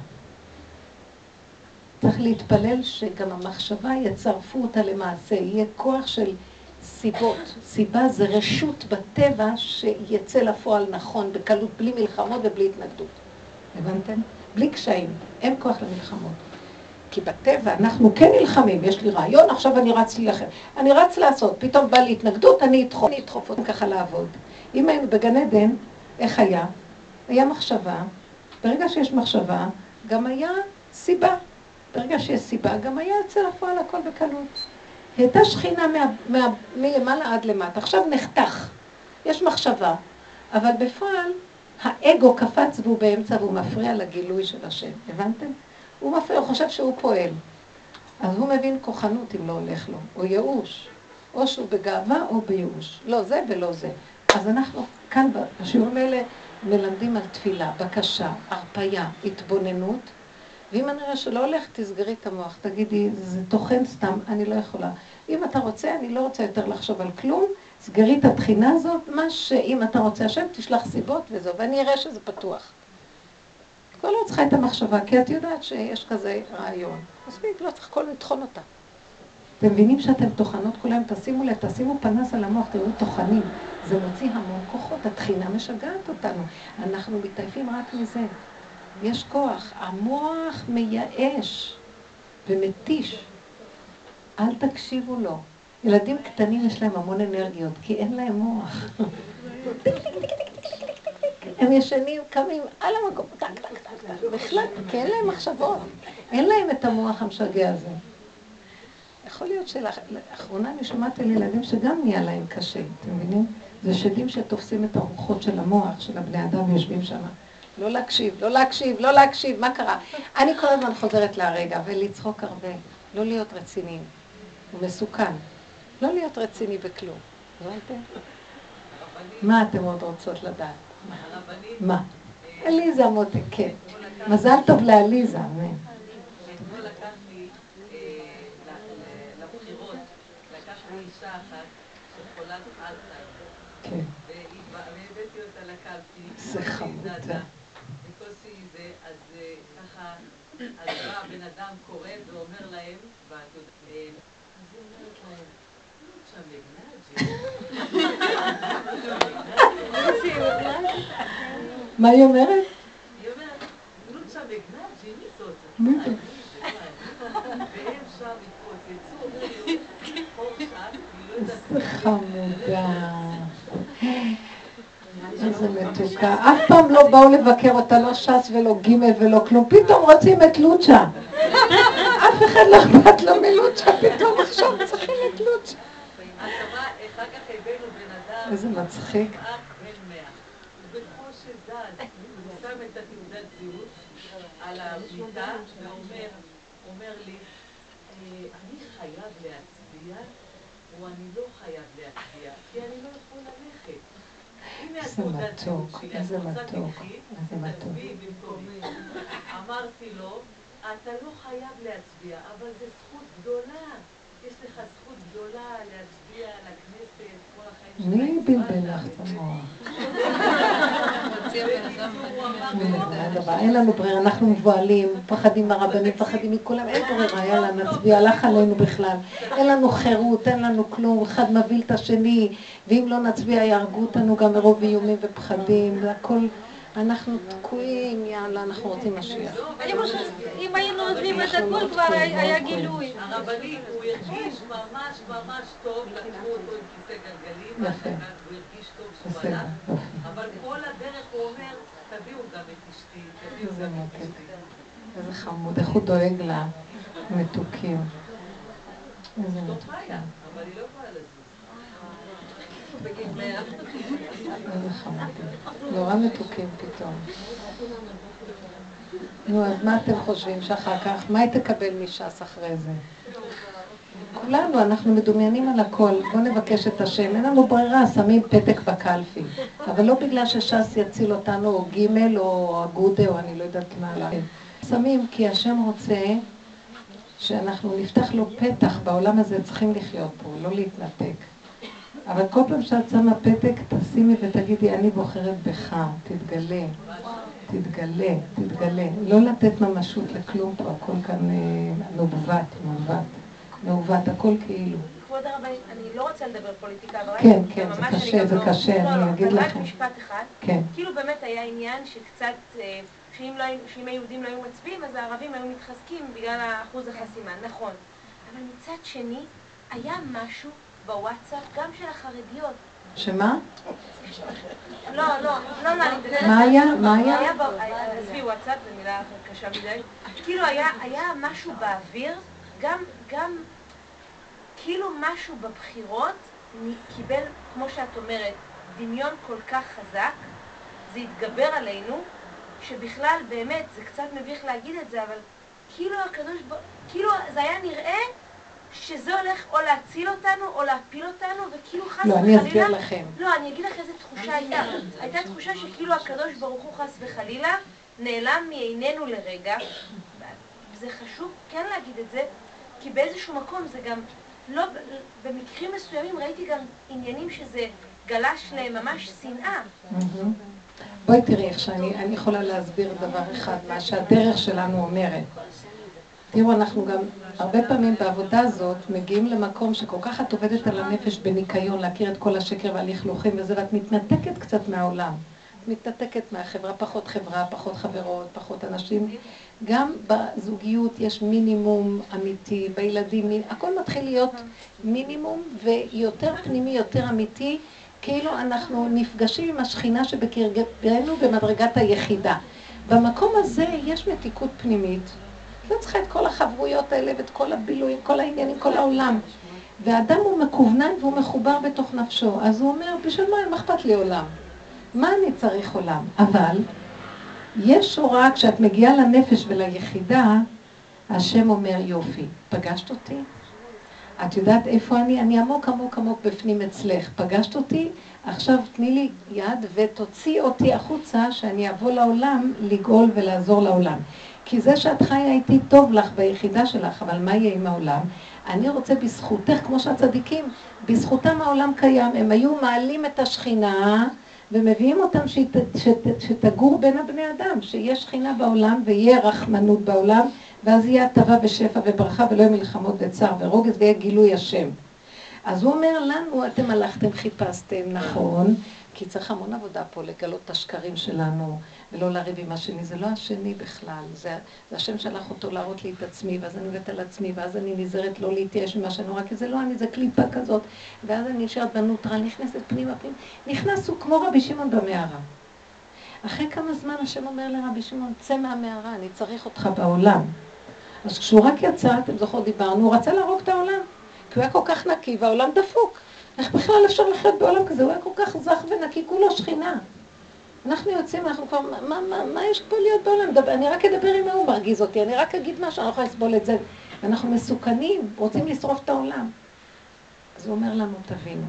צריך להתפלל שגם המחשבה יצרפו אותה למעשה, יהיה כוח של סיבות. סיבה זה רשות בטבע שיצא לפועל נכון, בקלות, בלי מלחמות ובלי התנגדות. הבנתם? בלי קשיים, אין כוח למלחמות. כי בטבע אנחנו כן נלחמים, יש לי רעיון, עכשיו אני רץ להילחם. אני רץ לעשות, פתאום בא לי התנגדות, אני אדחוף, אני אדחוף אותם ככה לעבוד. אם היינו בגן עדן, איך היה? היה מחשבה, ברגע שיש מחשבה, גם היה סיבה. ברגע שיש סיבה, גם היה יוצא לפועל הכל בקלות. הייתה שכינה מה, מה, מלמעלה עד למטה, עכשיו נחתך. יש מחשבה, אבל בפועל האגו קפץ והוא באמצע והוא מפריע לגילוי של השם. הבנתם? הוא מפריע, הוא חושב שהוא פועל. אז הוא מבין כוחנות אם לא הולך לו, או ייאוש. או שהוא בגאווה או בייאוש. לא זה ולא זה. אז אנחנו כאן בשיעורים האלה מלמדים על תפילה, בקשה, הרפיה, התבוננות, ואם אני רואה שלא הולך, תסגרי את המוח, תגידי, זה תוכן סתם, אני לא יכולה. אם אתה רוצה, אני לא רוצה יותר לחשוב על כלום, סגרי את התחינה הזאת, מה שאם אתה רוצה השם, תשלח סיבות וזהו, ואני אראה שזה פתוח. כבר לא צריכה את המחשבה, כי את יודעת שיש כזה רעיון. מספיק, לא צריך כל לטחון אותה. אתם מבינים שאתם תוכנות כולם, תשימו לב, תשימו פנס על המוח, תראו תוכנים. זה מוציא המון כוחות, התחינה משגעת אותנו. אנחנו מתעייפים רק מזה. יש כוח, המוח מייאש ומתיש. אל תקשיבו לו. ילדים קטנים יש להם המון אנרגיות, כי אין להם מוח. הם ישנים, קמים על המקום, טק, טק, טק, טק, בכלל, כי אין להם מחשבות. אין להם את המוח המשגע הזה. יכול להיות שלאחרונה אני שומעת על ילדים שגם נהיה להם קשה, אתם מבינים? זה שדים שתופסים את הרוחות של המוח, של הבני אדם ויושבים שם. לא להקשיב, לא להקשיב, לא להקשיב, מה קרה? אני כל הזמן חוזרת להרגע ולצחוק הרבה, לא להיות רציניים. הוא מסוכן. לא להיות רציני בכלום. הבנתם? מה אתם עוד רוצות לדעת? מה? אליזה מותק, כן. מזל טוב לאליזה, אמן. אתמול לקחתי לבחירות, לקחתי אישה אחת שחולת אלצהיימר. כן. והבאתי אותה לקלפי. זה חמודה. בקושי זה, אז ככה, אז בא הבן אדם קורא ואומר להם, אז היא אומרת להם, מה היא אומרת? היא אומרת, לוצ'ה מגנג'י, מי זאת? מי זאת? והם שם התפוצצו, חור שם, היא לא יודעת... זה חמודה. איזה מתוקה. אף פעם לא באו לבקר אותה, לא ש"ס ולא ג' ולא כלום. פתאום רוצים את לוצ'ה. אף אחד לא אכפת לו מלוצ'ה, פתאום עכשיו צריכים את לוצ'ה. אחר כך הבאנו בן אדם... איזה מצחיק. אך בן מאה. ובכל שזז, הוא שם את התעודת זהות על המיטה ואומר לי, אני חייב להצביע או אני לא חייב להצביע, כי אני לא יכול ללכת. איזה מתוק, איזה מתוק, איזה מתוק. אמרתי לו, אתה לא חייב להצביע, אבל זו זכות גדולה. יש לך זכות גדולה להצביע לכנסת כל החיים שלך. מי בלבל לך את המוח? אין לנו ברירה, אנחנו מבועלים, פחדים מהרבנים, פחדים מכולם, אין ברירה, יאללה נצביע, הלך עלינו בכלל. אין לנו חירות, אין לנו כלום, אחד מביל את השני, ואם לא נצביע יהרגו אותנו גם מרוב איומים ופחדים, והכל... אנחנו תקועים, יאללה, אנחנו רוצים משיח. אני חושבת, אם היינו עוזבים את הכל כבר היה גילוי. הרבנית, הוא הרגיש ממש ממש טוב, לקחו אותו עם כיסא גלגלים, הוא הרגיש טוב שהוא הלך, אבל כל הדרך הוא אומר, תביאו גם את אשתי, תביאו גם את אשתי. איזה חמוד, איך הוא דואג לה, מתוקים. איזה מתוקים. טוב חיה, אבל היא לא יכולה לזוז. בגיל מאה. איזה חמודים. נורא מתוקים פתאום. נו, אז מה אתם חושבים שאחר כך? מה היא תקבל מש"ס אחרי זה? כולנו, אנחנו מדומיינים על הכל. בואו נבקש את השם. אין לנו ברירה, שמים פתק בקלפי. אבל לא בגלל שש"ס יציל אותנו, או ג' או אגודה, או אני לא יודעת מה לה. שמים כי השם רוצה שאנחנו נפתח לו פתח בעולם הזה, צריכים לחיות פה, לא להתנתק. אבל כל פעם שאת שמה פתק, תשימי ותגידי, אני בוחרת בך, תתגלה, תתגלה, תתגלה. לא לתת ממשות לכלום פה, הכל כאן מעוות, מעוות, מעוות, הכל כאילו. כבוד הרב, אני לא רוצה לדבר פוליטיקה, אבל כן, כן, זה קשה, זה קשה, אני אגיד לכם. רק משפט אחד, כאילו באמת היה עניין שקצת, שאם היהודים לא היו מצביעים, אז הערבים היו מתחזקים בגלל האחוז החסימה, נכון. אבל מצד שני, היה משהו בוואטסאפ, גם של החרדיות. שמה? לא, לא, לא, מה, אני מדברת... מה היה? מה היה? עזבי וואטסאפ, זו מילה קשה מדי. כאילו היה משהו באוויר, גם כאילו משהו בבחירות קיבל, כמו שאת אומרת, דמיון כל כך חזק, זה התגבר עלינו, שבכלל באמת, זה קצת מביך להגיד את זה, אבל כאילו הקדוש, כאילו זה היה נראה שזה הולך או להציל אותנו או להפיל אותנו, וכאילו חס לא, וחלילה... אני אסביר לכם. לא, אני אגיד לך איזה תחושה הייתה. הייתה תחושה שכאילו הקדוש ברוך הוא חס וחלילה נעלם מעינינו לרגע. זה חשוב כן להגיד את זה, כי באיזשהו מקום זה גם... לא, במקרים מסוימים ראיתי גם עניינים שזה גלש לממש שנאה. בואי תראי איך שאני אני יכולה להסביר דבר אחד, מה שהדרך שלנו אומרת. תראו, אנחנו גם הרבה פעמים בעבודה הזאת מגיעים למקום שכל כך את עובדת על הנפש בניקיון, להכיר את כל השקר והלכלוכים וזה, ואת מתנתקת קצת מהעולם. את מתנתקת מהחברה, פחות חברה, פחות חברות, פחות אנשים. גם בזוגיות יש מינימום אמיתי, בילדים, הכל מתחיל להיות מינימום ויותר פנימי, יותר אמיתי, כאילו אנחנו נפגשים עם השכינה שבקרבנו במדרגת היחידה. במקום הזה יש מתיקות פנימית, לא צריכה את כל החברויות האלה ואת כל הבילויים, כל העניינים, כל העולם. והאדם הוא מקוונן והוא מחובר בתוך נפשו, אז הוא אומר, בשביל מה, מה אכפת לי עולם? מה אני צריך עולם? אבל יש הוראה, כשאת מגיעה לנפש וליחידה, השם אומר יופי, פגשת אותי? את יודעת איפה אני? אני עמוק עמוק עמוק בפנים אצלך. פגשת אותי? עכשיו תני לי יד ותוציא אותי החוצה שאני אבוא לעולם לגאול ולעזור לעולם. כי זה שאת חיה איתי טוב לך ביחידה שלך, אבל מה יהיה עם העולם? אני רוצה בזכותך, כמו שהצדיקים, בזכותם העולם קיים. הם היו מעלים את השכינה ומביאים אותם שת, שת, שתגור בין הבני אדם, שיש שכינה בעולם ויהיה רחמנות בעולם, ואז יהיה הטבה ושפע וברכה ולא יהיה מלחמות וצער ורוגז ויהיה גילוי השם. אז הוא אומר לנו, אתם הלכתם, חיפשתם, נכון, כי צריך המון עבודה פה לגלות את השקרים שלנו ולא לריב עם השני, זה לא השני בכלל, זה, זה השם שלח אותו להראות לי את עצמי, ואז אני מבט על עצמי, ואז אני נזהרת לא להתייאש ממה שאני רואה, כי זה לא אני, זה קליפה כזאת, ואז אני נשארת בנוטרל, נכנסת פנימה פנימה, נכנסו כמו רבי שמעון במערה. אחרי כמה זמן השם אומר לרבי שמעון, צא מהמערה, אני צריך אותך בעולם. אז כשהוא רק יצא, אתם זוכרות דיברנו, הוא רצה להרוג את העולם, כי הוא היה כל כך נקי והעולם דפוק. איך בכלל אפשר לחיות בעולם כזה? הוא היה כל כך זך ונקי, כולו שכינה. אנחנו יוצאים, אנחנו כבר, מה, מה, מה יש פה להיות בעולם? דבר, אני רק אדבר עם ההוא, מרגיז אותי, אני רק אגיד משהו, אני לא יכולה לסבול את זה. אנחנו מסוכנים, רוצים לשרוף את העולם. אז הוא אומר לנו, תבינו,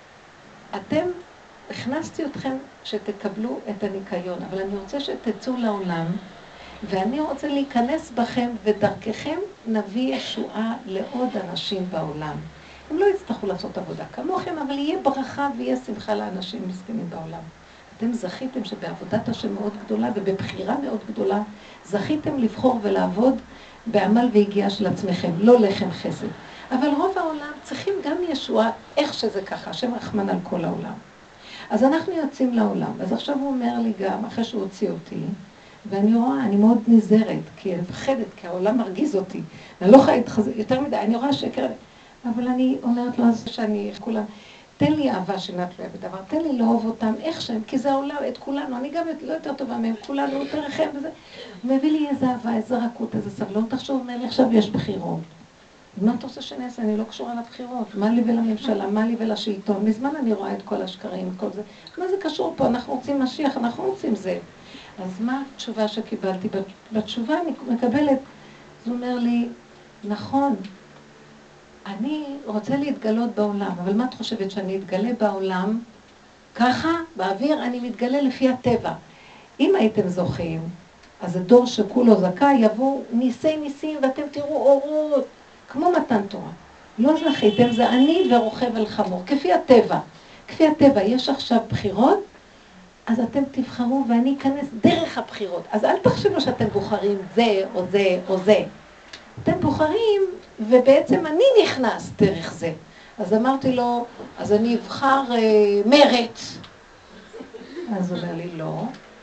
אתם, הכנסתי אתכם שתקבלו את הניקיון, אבל אני רוצה שתצאו לעולם, ואני רוצה להיכנס בכם, ודרככם נביא ישועה לעוד אנשים בעולם. הם לא יצטרכו לעשות עבודה כמוכם, אבל יהיה ברכה ויהיה שמחה לאנשים מסכנים בעולם. אתם זכיתם שבעבודת השם מאוד גדולה ובבחירה מאוד גדולה, זכיתם לבחור ולעבוד בעמל והגיעה של עצמכם, לא לחם חסד. אבל רוב העולם צריכים גם ישועה, איך שזה ככה, השם רחמן על כל העולם. אז אנחנו יוצאים לעולם, אז עכשיו הוא אומר לי גם, אחרי שהוא הוציא אותי, ואני רואה, אני מאוד נזהרת, כי אני מפחדת, כי העולם מרגיז אותי. אני לא יכולה להתחזק יותר מדי, אני רואה שקר, אבל אני אומרת לו, אז שאני, כולם, תן לי אהבה שאינה תלויה בדבר, תן לי לאהוב אותם, איך שהם, כי זה העולם, את כולנו, אני גם לא יותר טובה מהם, כולנו יותר חם וזה. הוא מביא לי איזה אהבה, איזה רכות, איזה סבלנות, תחשוב, אומר לי, עכשיו יש בחירות. מה אתה רוצה שנעשה? אני לא קשורה לבחירות. מה לי ולממשלה, מה לי ולשלטון? מזמן אני רואה את כל השקרים, כל זה. מה זה קשור פה? אנחנו רוצים משיח, אנחנו רוצים זה. אז מה התשובה שקיבלתי? בתשובה אני מקבלת, זה אומר לי, נכון, אני רוצה להתגלות בעולם, אבל מה את חושבת שאני אתגלה בעולם? ככה, באוויר, אני מתגלה לפי הטבע. אם הייתם זוכים, אז הדור שכולו זכאי, יבואו ניסי ניסים ואתם תראו אורות, כמו מתן תורה. לא זכיתם, זה אני ורוכב על חמור, כפי הטבע. כפי הטבע, יש עכשיו בחירות, אז אתם תבחרו ואני אכנס דרך הבחירות. אז אל תחשבו שאתם בוחרים זה או זה או זה. אתם בוחרים ובעצם אני נכנס דרך זה. אז אמרתי לו, אז אני אבחר אה, מרץ. אז הוא אומר לי, לא.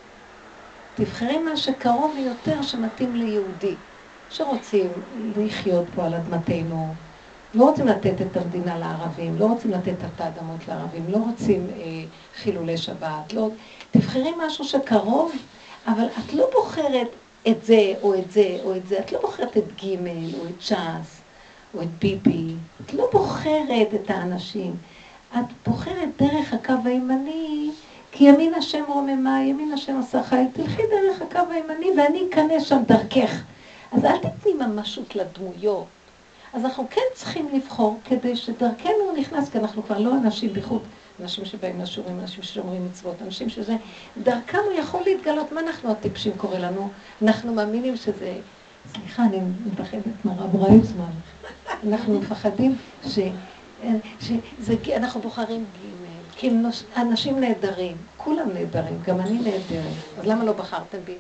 תבחרי מה שקרוב יותר שמתאים ליהודי. שרוצים לחיות פה על אדמתנו. לא רוצים לתת את המדינה לערבים, לא רוצים לתת את האדמות לערבים, לא רוצים אה, חילולי שבת. לא... תבחרי משהו שקרוב, אבל את לא בוחרת את זה או את זה או את זה. את לא בוחרת את גימל או את ש"ס או את ביבי. את לא בוחרת את האנשים. את בוחרת דרך הקו הימני, כי ימין השם רוממה, ימין השם עשה חיל. תלכי דרך הקו הימני ואני אכנס שם דרכך. אז אל תתני ממשות לדמויות. אז אנחנו כן צריכים לבחור כדי שדרכנו הוא נכנס, כי אנחנו כבר לא אנשים בייחוד, אנשים שבאים לשיעורים, אנשים ששומרים מצוות, אנשים שזה, דרכם הוא יכול להתגלות. מה אנחנו הטיפשים קורא לנו? אנחנו מאמינים שזה, סליחה, אני מפחדת מהרב רייזמן. אנחנו מפחדים ש... שזה, אנחנו בוחרים ג' כי אנשים נהדרים, כולם נהדרים, גם אני נהדרת, אז למה לא בחרתם בי?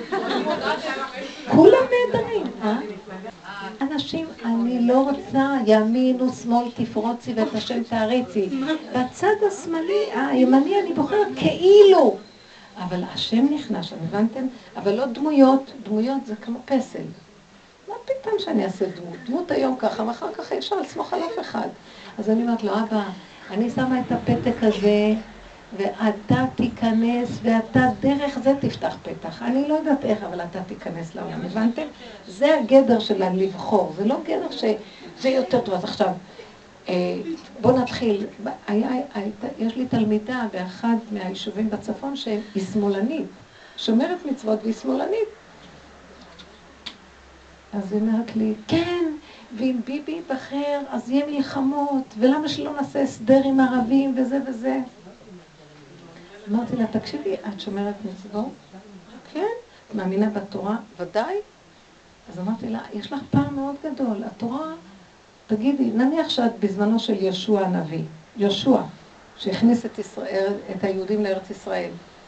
כולם נהדרים, אה? אנשים, אני לא רוצה ימין ושמאל תפרוצי ואת השם תעריצי. בצד השמאלי, הימני אני בוחרת כאילו. אבל השם נכנס, הבנתם? אבל לא דמויות, דמויות זה כמו פסל. מה פתאום שאני אעשה דמות? דמות היום ככה, מחר ככה אפשר לסמוך על אף אחד. אז אני אומרת לו, אבא, אני שמה את הפתק הזה, ואתה תיכנס, ואתה דרך זה תפתח פתח. אני לא יודעת איך, אבל אתה תיכנס לעולם. הבנתם? זה הגדר שלה לבחור. זה לא גדר שזה יותר טוב. אז עכשיו, בוא נתחיל. היה, הייתה, יש לי תלמידה באחד מהיישובים בצפון שהיא שמאלנית, שומרת מצוות והיא שמאלנית. אז היא אומרת לי, כן, ואם ביבי ייבחר, אז יהיה מלחמות, ולמה שלא נעשה הסדר עם ערבים וזה וזה? אמרתי לה, תקשיבי, את שומרת מצוות? כן, את מאמינה בתורה? ודאי. אז אמרתי לה, יש לך פער מאוד גדול, התורה, תגידי, נניח שאת בזמנו של ישוע הנביא, ישוע, שהכניס את ישראל, את היהודים לארץ ישראל,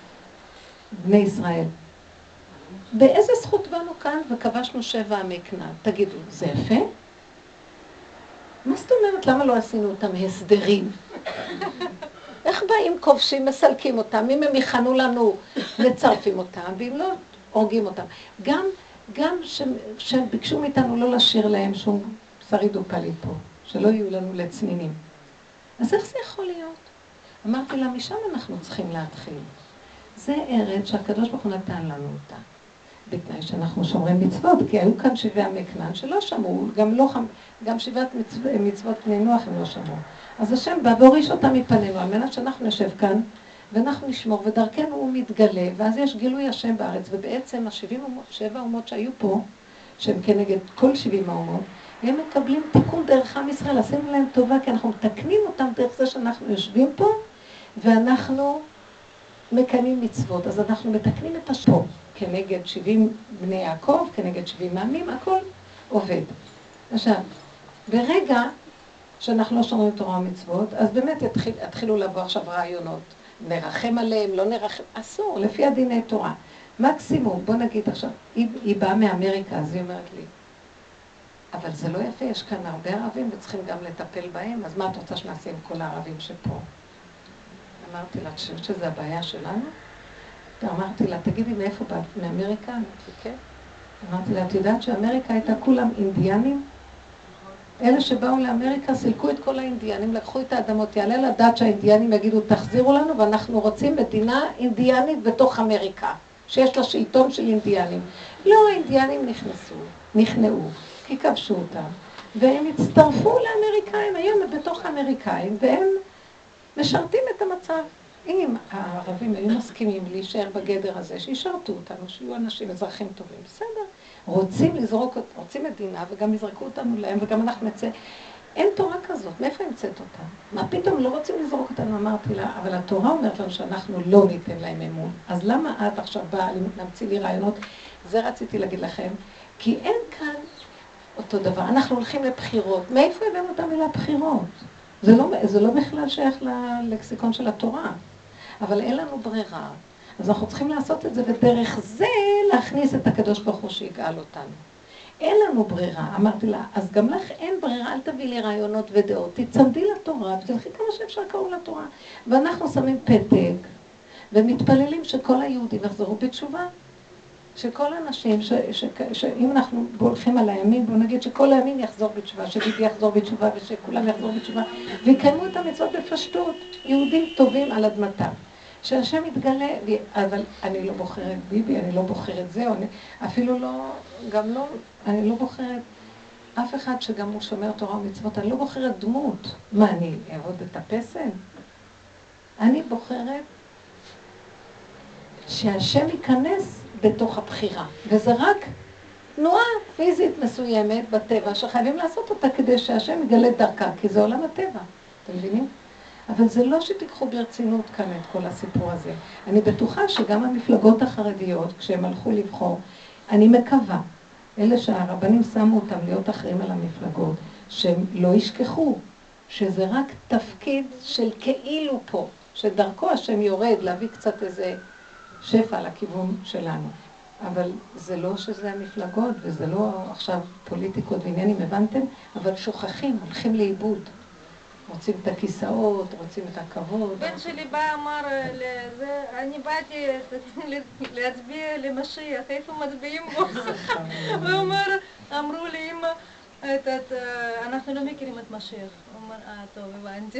בני ישראל. באיזה זכות באנו כאן וכבשנו שבע עמי כנען? תגידו, זה יפה? מה זאת אומרת? למה לא עשינו אותם הסדרים? איך באים כובשים, מסלקים אותם? אם הם יכנו לנו, מצרפים אותם, ואם לא, הורגים אותם. גם, גם שהם ביקשו מאיתנו לא לשיר להם שום שריד ופליט פה, שלא יהיו לנו לצנינים. אז איך זה יכול להיות? אמרתי לה, משם אנחנו צריכים להתחיל. זה ארץ שהקדוש ברוך הוא נתן לנו אותה. בתנאי שאנחנו שומרים מצוות, כי היו כאן שבעי עמי כנען שלא שמעו, גם, לא, גם שבעת מצוות, מצוות בני נוח הם לא שמעו. אז השם בא והוריש אותם מפנינו, על מנת שאנחנו נשב כאן, ואנחנו נשמור, ודרכנו הוא מתגלה, ואז יש גילוי השם בארץ, ובעצם השבעים אומות, שבע אומות שהיו פה, שהם כנגד כל שבעים האומות, הם מקבלים תיקון דרך עם ישראל, עשינו להם טובה, כי אנחנו מתקנים אותם דרך זה שאנחנו יושבים פה, ואנחנו מקיימים מצוות, אז אנחנו מתקנים את השפור. כנגד שבעים בני יעקב, כנגד שבעים עמים, הכל עובד. עכשיו, ברגע שאנחנו לא שומרים תורה ומצוות, אז באמת יתחיל, יתחילו לבוא עכשיו רעיונות. נרחם עליהם, לא נרחם, אסור, לפי הדיני תורה. מקסימום, בוא נגיד עכשיו, היא, היא באה מאמריקה, אז היא אומרת לי, אבל זה לא יפה, יש כאן הרבה ערבים וצריכים גם לטפל בהם, אז מה את רוצה שנעשה עם כל הערבים שפה? אמרתי לה, חושבת שזה הבעיה שלנו? אמרתי לה, תגידי מאיפה באת? מאמריקה? אמרתי, כן. אמרתי לה, את יודעת שאמריקה הייתה כולם אינדיאנים? אלה שבאו לאמריקה סילקו את כל האינדיאנים, לקחו את האדמות, יעלה לדעת שהאינדיאנים יגידו, תחזירו לנו, ואנחנו רוצים מדינה אינדיאנית בתוך אמריקה, שיש לה שלטון של אינדיאנים. לא, האינדיאנים נכנסו, נכנעו, כי כבשו אותם, והם הצטרפו לאמריקאים, היום הם בתוך האמריקאים, והם משרתים את המצב. אם הערבים היו מסכימים להישאר בגדר הזה, שישרתו אותנו, שיהיו אנשים, אזרחים טובים, בסדר. רוצים לזרוק, רוצים מדינה, וגם יזרקו אותנו להם, וגם אנחנו נצא. אין תורה כזאת, מאיפה המצאת אותה? מה פתאום לא רוצים לזרוק אותנו? אמרתי לה, אבל התורה אומרת לנו שאנחנו לא ניתן להם אמון. אז למה את עכשיו באה להמציא לי רעיונות? זה רציתי להגיד לכם, כי אין כאן אותו דבר. אנחנו הולכים לבחירות. מאיפה הבאנו את המילה בחירות? זה לא, זה לא בכלל שייך ללקסיקון של התורה. אבל אין לנו ברירה. אז אנחנו צריכים לעשות את זה, ודרך זה להכניס את הקדוש ברוך הוא שיגאל אותנו. אין לנו ברירה. אמרתי לה, אז גם לך אין ברירה, אל תביא לי רעיונות ודעות. תצמדי לתורה, ותלכי כמה שאפשר קרוא לתורה. ואנחנו שמים פתק, ומתפללים שכל היהודים יחזרו בתשובה. שכל האנשים, ש, ש, ש, שאם אנחנו הולכים על הימין, בוא נגיד שכל הימין יחזור בתשובה, שביבי יחזור בתשובה, ושכולם יחזור בתשובה, ויקיימו את המצוות בפשטות, יהודים טובים על אדמתם. שהשם יתגלה, אבל אני לא בוחרת ביבי, אני לא בוחרת זה, אני, אפילו לא, גם לא, אני לא בוחרת אף אחד שגם הוא שומר תורה ומצוות, אני לא בוחרת דמות. מה, אני אעבוד את הפסל? אני בוחרת שהשם ייכנס בתוך הבחירה, וזה רק תנועה פיזית מסוימת בטבע, שחייבים לעשות אותה כדי שהשם יגלה דרכה, כי זה עולם הטבע, אתם מבינים? אבל זה לא שתיקחו ברצינות כאן את כל הסיפור הזה. אני בטוחה שגם המפלגות החרדיות, כשהם הלכו לבחור, אני מקווה, אלה שהרבנים שמו אותם להיות אחרים על המפלגות, שהם לא ישכחו, שזה רק תפקיד של כאילו פה, שדרכו השם יורד להביא קצת איזה שפע לכיוון שלנו. אבל זה לא שזה המפלגות, וזה לא עכשיו פוליטיקות ועניינים, הבנתם? אבל שוכחים, הולכים לאיבוד. רוצים את הכיסאות, רוצים את הכבוד. בן שלי בא, אמר, אני באתי להצביע למשיח, איפה מצביעים בו? הוא אומר, אמרו לי, אמא, אנחנו לא מכירים את משיח. הוא אומר, אה, טוב, הבנתי.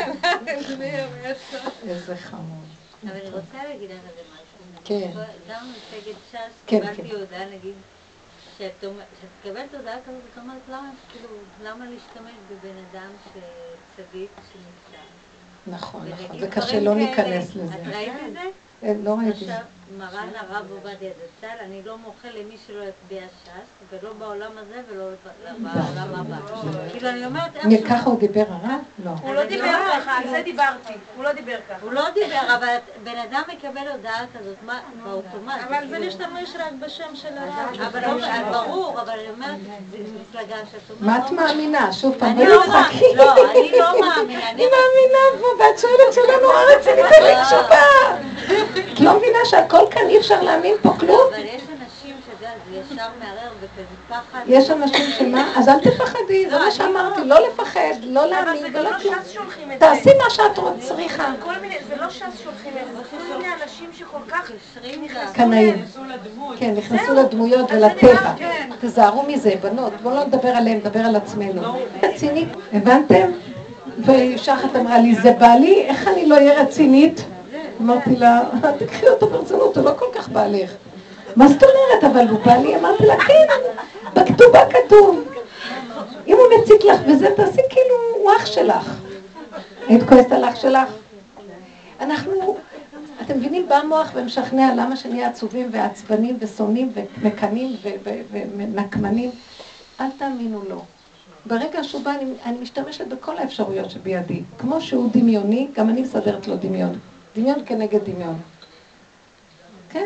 איזה חמוד. אבל אני רוצה להגיד על זה משהו. כן. גם מפלגת ש"ס, כן, קיבלתי כן. הודעה, נגיד, שאת מקבלת הודעה כזאת, את אומרת, למה, כאילו, למה להשתמש בבן אדם שצדיק שנפטר? נכון, נכון, ולהגיד זה קשה דברים לא כאלה. להיכנס לזה. את ראית את זה? אה, לא ראיתי. עכשיו, מרן הרב עובדיה זצ"ל, אני לא מוחה למי שלא יצביע ש"ס, ולא בעולם הזה ולא בעולם הבא. כאילו, אני אומרת, מי ככה הוא דיבר הרב? לא. הוא לא דיבר ככה, על זה דיברתי. הוא לא דיבר ככה. הוא לא דיבר, אבל בן אדם מקבל הודעה כזאת, מה, באוטומט. אבל זה להשתמש רק בשם של הרב. אבל ברור, אבל אני אומרת, זה מפלגה שאת אומרת... מה את מאמינה? שוב פעם, אני בואי לא נצחקי. מאמינה, לא, אני לא מאמינה. אני מאמינה פה, ואת שואלת שלנו ארץ וניתן לי תשובה. את לא מבינה שהכל כאן אי אפשר להאמין פה כלום? אבל יש אנשים שזה ישר מערער וכזה פחד. יש אנשים שמה? אז אל תפחדי, זה מה שאמרתי, לא לפחד, לא להאמין אבל זה ולא גם כלום. לא ש"ס שולחים את זה. תעשי מה שאת צריכה. כל מיני, זה לא ש"ס שולחים את זה, זה כל מיני אנשים שכל כך נכנסו קנאים. כן, נכנסו לדמויות ולטבע. תזהרו מזה, בנות, בואו לא נדבר עליהם, נדבר על עצמנו. רצינית, הבנתם? ושחת אמרה לי, זה בא לי, איך אני לא אהיה רצינית? אמרתי לה, תקחי אותו ברצינות, הוא לא כל כך בא לך. מה זאת אומרת? אבל הוא בא לי, אמרתי לה, כן, בכתובה כתוב. אם הוא מציק לך וזה, תעשי כאילו, הוא אח שלך. היית כועסת על אח שלך? אנחנו, אתם מבינים, בא מוח ומשכנע למה שנהיה עצובים ועצבנים ושונאים ומקנים ונקמנים. אל תאמינו לו. ברגע שהוא בא, אני, אני משתמשת בכל האפשרויות שבידי. כמו שהוא דמיוני, גם אני מסדרת לו דמיון. דמיון כנגד דמיון. כן?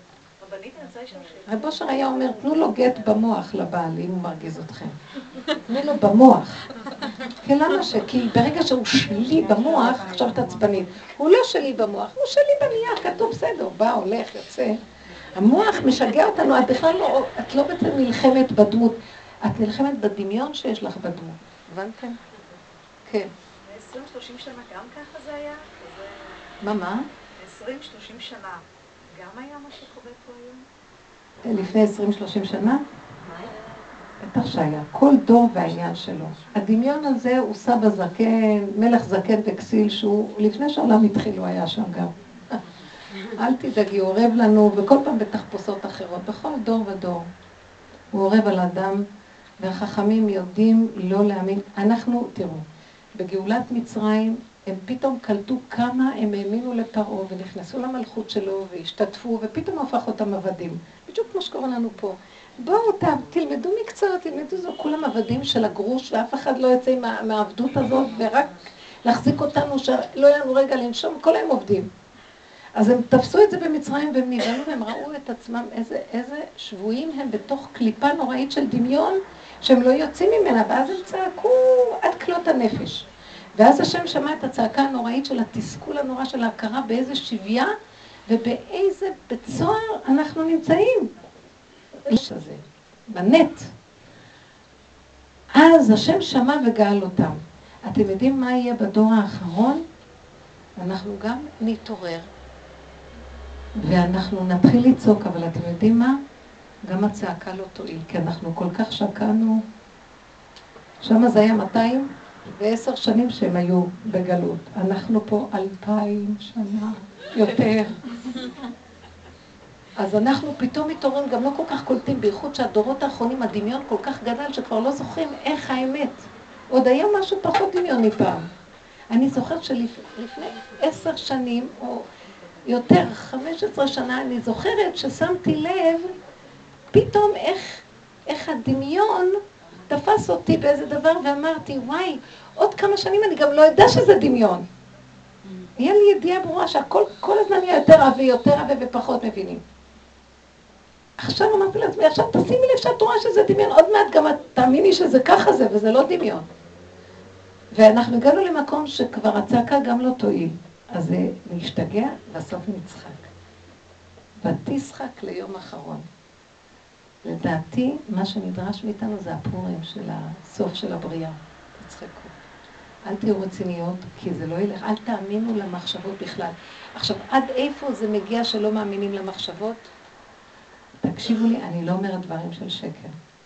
רב אושר היה אומר, תנו לו גט במוח לבעל, אם הוא מרגיז אתכם. תנו לו במוח. כי למה ש... כי ברגע שהוא שלי במוח, עכשיו את עצבנית. הוא לא שלי במוח, הוא שלי בנייר, כתוב בסדר, בא, הולך, יוצא. המוח משגע אותנו, את בכלל לא, את לא בעצם נלחמת בדמות. את נלחמת בדמיון שיש לך בדמות. הבנתם? כן. עשרים שלושים שנה גם ככה זה היה? מה, מה? עשרים שלושים שנה גם היה מה שקורה פה היום? לפני עשרים שלושים שנה? בטח שהיה. כל דור והעניין שלו. הדמיון הזה הוא סבא זקן, מלך זקן וכסיל, שהוא לפני שהעולם התחיל הוא היה שם גם. אל תדאגי, הוא עורב לנו, וכל פעם בתחפושות אחרות, בכל דור ודור. הוא עורב על אדם, והחכמים יודעים לא להאמין. אנחנו, תראו, בגאולת מצרים, הם פתאום קלטו כמה הם האמינו לפרעה, ונכנסו למלכות שלו, והשתתפו, ופתאום הפך אותם עבדים. בדיוק כמו שקורה לנו פה. בואו אותם, תלמדו מקצוע, תלמדו זו, כולם עבדים של הגרוש, ואף אחד לא יצא מה, מהעבדות הזאת, ורק להחזיק אותנו, שלא יהיה לנו רגע לנשום, כל הם עובדים. אז הם תפסו את זה במצרים, והם נבהלו, והם ראו את עצמם, איזה, איזה שבויים הם בתוך קליפה נוראית של דמיון, שהם לא יוצאים ממנה, ואז הם צעקו עד כלות הנפש. ואז השם שמע את הצעקה הנוראית של התסכול הנורא של ההכרה באיזה שוויה, ובאיזה בצוהר אנחנו נמצאים. איש הזה, בנט. אז השם שמע וגאל אותם. אתם יודעים מה יהיה בדור האחרון? אנחנו גם נתעורר. ואנחנו נתחיל לצעוק, אבל אתם יודעים מה? גם הצעקה לא תועיל, כי אנחנו כל כך שקענו. שם זה היה מאתיים ועשר שנים שהם היו בגלות. אנחנו פה אלפיים שנה יותר. אז אנחנו פתאום מתעוררים, גם לא כל כך קולטים, בייחוד שהדורות האחרונים הדמיון כל כך גדל, שכבר לא זוכרים איך האמת. עוד היה משהו פחות דמיוני פעם. אני זוכרת שלפני עשר שנים, או יותר, חמש עשרה שנה, אני זוכרת ששמתי לב, פתאום איך איך הדמיון תפס אותי באיזה דבר ואמרתי, וואי, עוד כמה שנים אני גם לא יודע שזה דמיון. היה לי ידיעה ברורה שהכל כל הזמן יהיה יותר עבי, יותר עבי ופחות מבינים. עכשיו אמרתי לעצמי, עכשיו תשימי לב שאת רואה שזה דמיון, עוד מעט גם תאמיני שזה ככה זה וזה לא דמיון. ואנחנו הגענו למקום שכבר הצעקה גם לא תועיל. אז זה להשתגע, בסוף נצחק. ותשחק ליום אחרון. לדעתי, מה שנדרש מאיתנו זה הפורים של הסוף של הבריאה. תצחקו. אל תהיו רציניות, כי זה לא ילך. אל תאמינו למחשבות בכלל. עכשיו, עד איפה זה מגיע שלא מאמינים למחשבות? תקשיבו לי, אני לא אומרת דברים של שקר.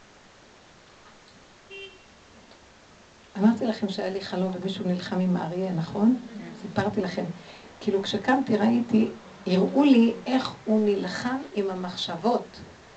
אמרתי לכם שהיה לי חלום ומישהו נלחם עם האריה, נכון? סיפרתי לכם. כאילו כשקמתי ראיתי, הראו לי איך הוא נלחם עם המחשבות.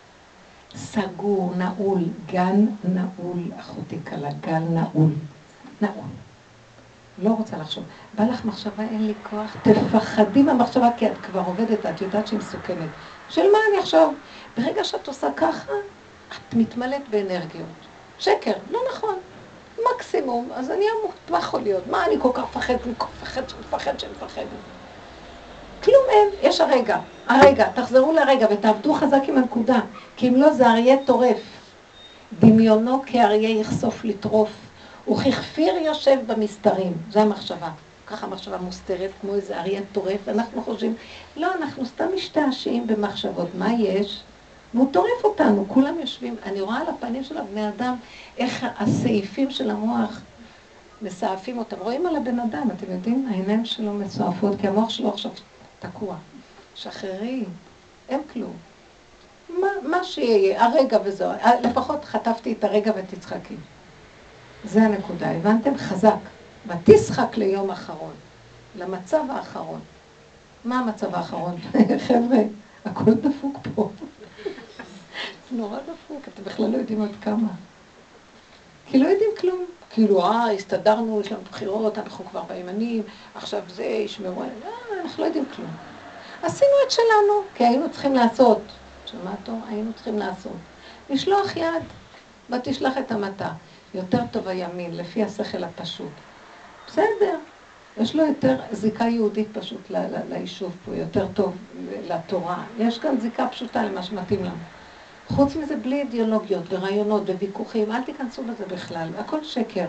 סגור, נעול, גן נעול, אחותי קלה, גן נעול. נעול. לא רוצה לחשוב. בא לך מחשבה, אין לי כוח, תפחדי מהמחשבה, כי את כבר עובדת, את יודעת שהיא מסוכנת. של מה אני עכשיו? ברגע שאת עושה ככה, את מתמלאת באנרגיות. שקר, לא נכון. מקסימום, אז אני אמות, מה יכול להיות? מה אני כל כך מפחד, אני כל כך מפחד, שמפחד, שמפחד. כלום אין, יש הרגע, הרגע, תחזרו לרגע ותעבדו חזק עם הנקודה, כי אם לא זה אריה טורף. דמיונו כאריה יחשוף לטרוף, וככפיר יושב במסתרים, זה המחשבה. ככה המחשבה מוסתרת כמו איזה אריה טורף, ואנחנו חושבים, לא, אנחנו סתם משתעשעים במחשבות, מה יש? והוא טורף אותנו, כולם יושבים, אני רואה על הפנים של הבני אדם, איך הסעיפים של המוח מסעפים אותם. רואים על הבן אדם, אתם יודעים, העיניים שלו מסועפות, כי המוח שלו עכשיו תקוע. שחררי, אין כלום. מה, מה שיהיה, הרגע וזהו. לפחות חטפתי את הרגע ותצחקי. זה הנקודה, הבנתם? חזק. ותשחק ליום אחרון, למצב האחרון. מה המצב האחרון? חבר'ה, הכל דפוק פה. נורא דפוק, אתם בכלל לא יודעים עד כמה. כי לא יודעים כלום. כאילו, אה, הסתדרנו, יש לנו בחירות, אנחנו כבר בימנים, עכשיו זה, ישמרו, אה, אנחנו לא יודעים כלום. עשינו את שלנו, כי היינו צריכים לעשות. שמעתו? היינו צריכים לעשות. לשלוח יד, ותשלח את המטה. יותר טוב הימין, לפי השכל הפשוט. בסדר, יש לו יותר זיקה יהודית פשוט ליישוב פה, יותר טוב לתורה. יש כאן זיקה פשוטה למה שמתאים לנו. חוץ מזה בלי אידיאולוגיות ורעיונות וויכוחים, אל תיכנסו בזה בכלל, הכל שקר.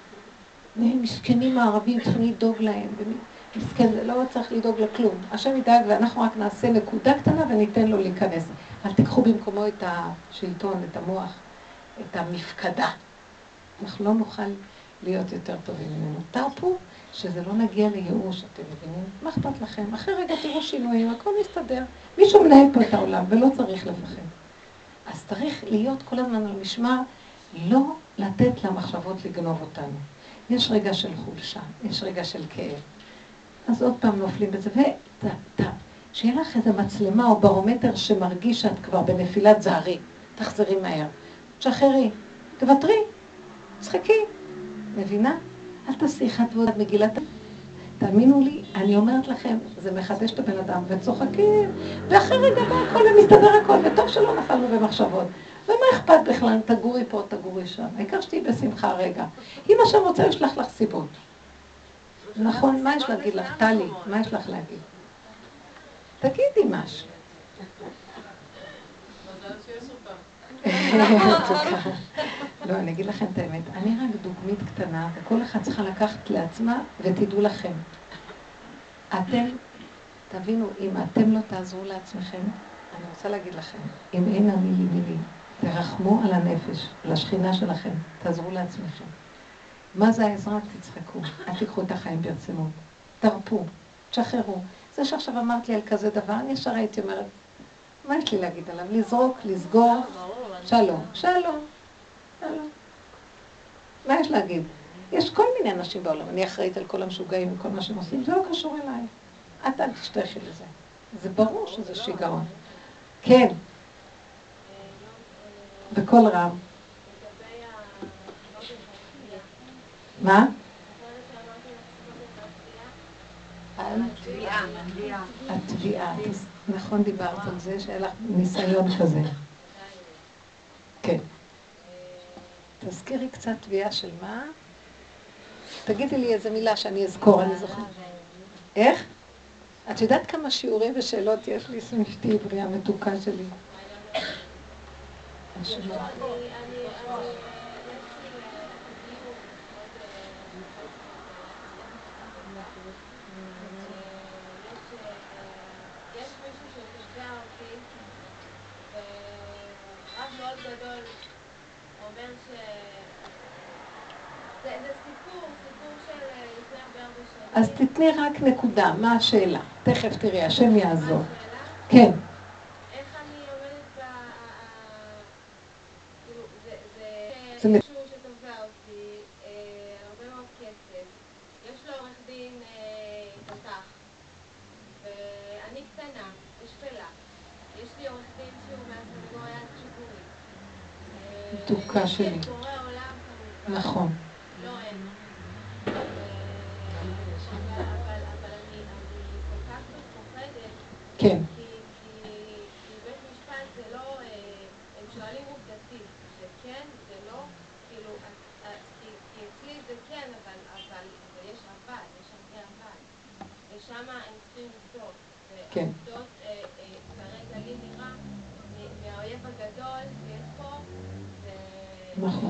מסכנים הערבים צריכים לדאוג להם, מסכן, זה לא צריך לדאוג לכלום. השם ידאג ואנחנו רק נעשה נקודה קטנה וניתן לו להיכנס. אל תיקחו במקומו את השלטון, את המוח, את המפקדה. אנחנו לא נוכל להיות יותר טובים ממנו. תרפו שזה לא נגיע לייאוש, אתם מבינים? מה אכפת לכם? אחרי רגע תראו שינויים, הכל מסתדר. מישהו מנהל פה את העולם ולא צריך לפחד. אז צריך להיות כל הזמן על משמר, לא לתת למחשבות לגנוב אותנו. יש רגע של חולשה, יש רגע של כאב. אז עוד פעם נופלים בזה, ושיהיה לך איזה מצלמה או ברומטר שמרגיש שאת כבר בנפילת זערי, תחזרי מהר. תשחררי, תוותרי, צחקי, מבינה? אל תעשי אחת ועוד מגילת... תאמינו לי, אני אומרת לכם, זה מחדש את הבן אדם, וצוחקים, ואחרי רגע הכל מסתדר הכל, וטוב שלא נפלנו במחשבות. ומה אכפת בכלל, תגורי פה, תגורי שם. העיקר שתהי בשמחה רגע. אם השם רוצה, יש לך לך סיבות. נכון, מה יש להגיד לך? טלי, מה יש לך להגיד? תגידי משהו. לא, אני אגיד לכם את האמת. אני רק דוגמית קטנה, וכל אחד צריכה לקחת לעצמה, ותדעו לכם. אתם, תבינו, אם אתם לא תעזרו לעצמכם, אני רוצה להגיד לכם, אם אין אני לי מילי, תרחמו על הנפש, על השכינה שלכם, תעזרו לעצמכם. מה זה העזרה? תצחקו, אל תיקחו את החיים ברצינות, תרפו, תשחררו. זה שעכשיו אמרת לי על כזה דבר, אני ישר הייתי אומרת, מה יש לי להגיד עליו? לזרוק, לסגור, שלום, שלום, שלום. מה יש להגיד? יש כל מיני אנשים בעולם, אני אחראית על כל המשוגעים וכל מה שהם עושים, זה לא קשור אליי. את אל תשתכי לזה. זה ברור שזה שיגעון. כן. בכל רב. מה? התביעה. התביעה. נכון דיברת על זה, שהיה לך ניסיון כזה. כן. תזכירי קצת תביעה של מה? תגידי לי איזה מילה שאני אזכור, אני זוכרת. איך? את יודעת כמה שיעורים ושאלות יש לי, סמשתי עברי המתוקה שלי? אומר ש... זה סיפור, סיפור של לפני הרבה הרבה שנים. אז תתני רק נקודה, מה השאלה? תכף תראי, השם יעזור. כן. איך אני עומדת ב... כאילו, זה משהו שתובע אותי הרבה מאוד כסף. יש לו עורך דין תותח, ואני קטנה, ושפלה. יש לי עורך דין שהוא מהסנגוריה הציבורית. מתוקה שלי. נכון. לא אין. אבל אני כל כך מפוחדת. כן. כי בית משפט זה לא, הם שואלים עובדתית, זה כן, זה לא, כאילו, כי אצלי זה כן, אבל יש אבל, יש הרבה אבל. ושם הם צריכים לבדוק. כן. ועובדות כרגע לי נראה מהאויב הגדול שיש פה. נכון.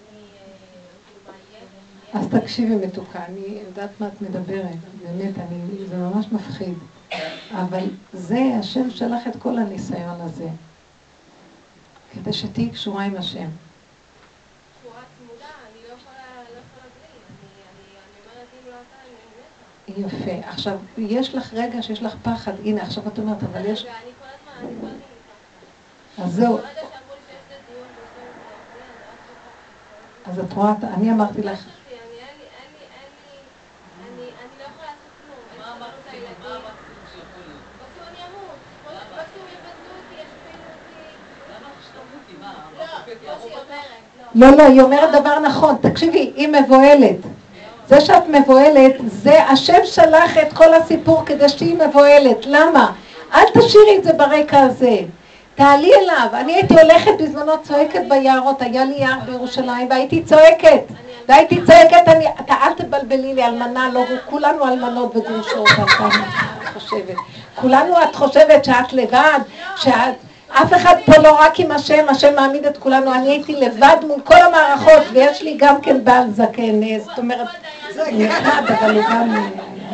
אז תקשיבי מתוקה, אני יודעת מה את מדברת, באמת, אני, זה ממש מפחיד. אבל זה, השם שלח את כל הניסיון הזה, כדי שתהי קשורה עם השם. קשורה צמודה, אני לא יכולה, לא יכולה בלי, אני אומרת, אם לא אתה, אני מתה. יפה. עכשיו, יש לך רגע שיש לך פחד, הנה, עכשיו את אומרת, אבל יש... ואני כל הזמן, אני כל הזמן מפחד. אז זהו. ברגע שאמרו לי שיש את הדיון בשביל זה, אני רק שפחת. אז את רואה, אני אמרתי לך... לא, לא, היא אומרת דבר נכון, תקשיבי, היא מבועלת. זה שאת מבועלת, זה השם שלח את כל הסיפור כדי שהיא מבועלת. למה? אל תשאירי את זה ברקע הזה. תעלי אליו. אני הייתי הולכת בזמנו צועקת ביערות, היה לי יער בירושלים, והייתי צועקת. והייתי צועקת, אני, אתה אל תבלבלי לי אלמנה, לא, כולנו אלמנות וגרושות, את חושבת. כולנו את חושבת שאת לבד, שאת... אף אחד פה לא רק עם השם, השם מעמיד את כולנו, אני הייתי לבד מול כל המערכות, ויש לי גם כן בעל זקן, זאת אומרת, זה נחמד, אבל הוא גם...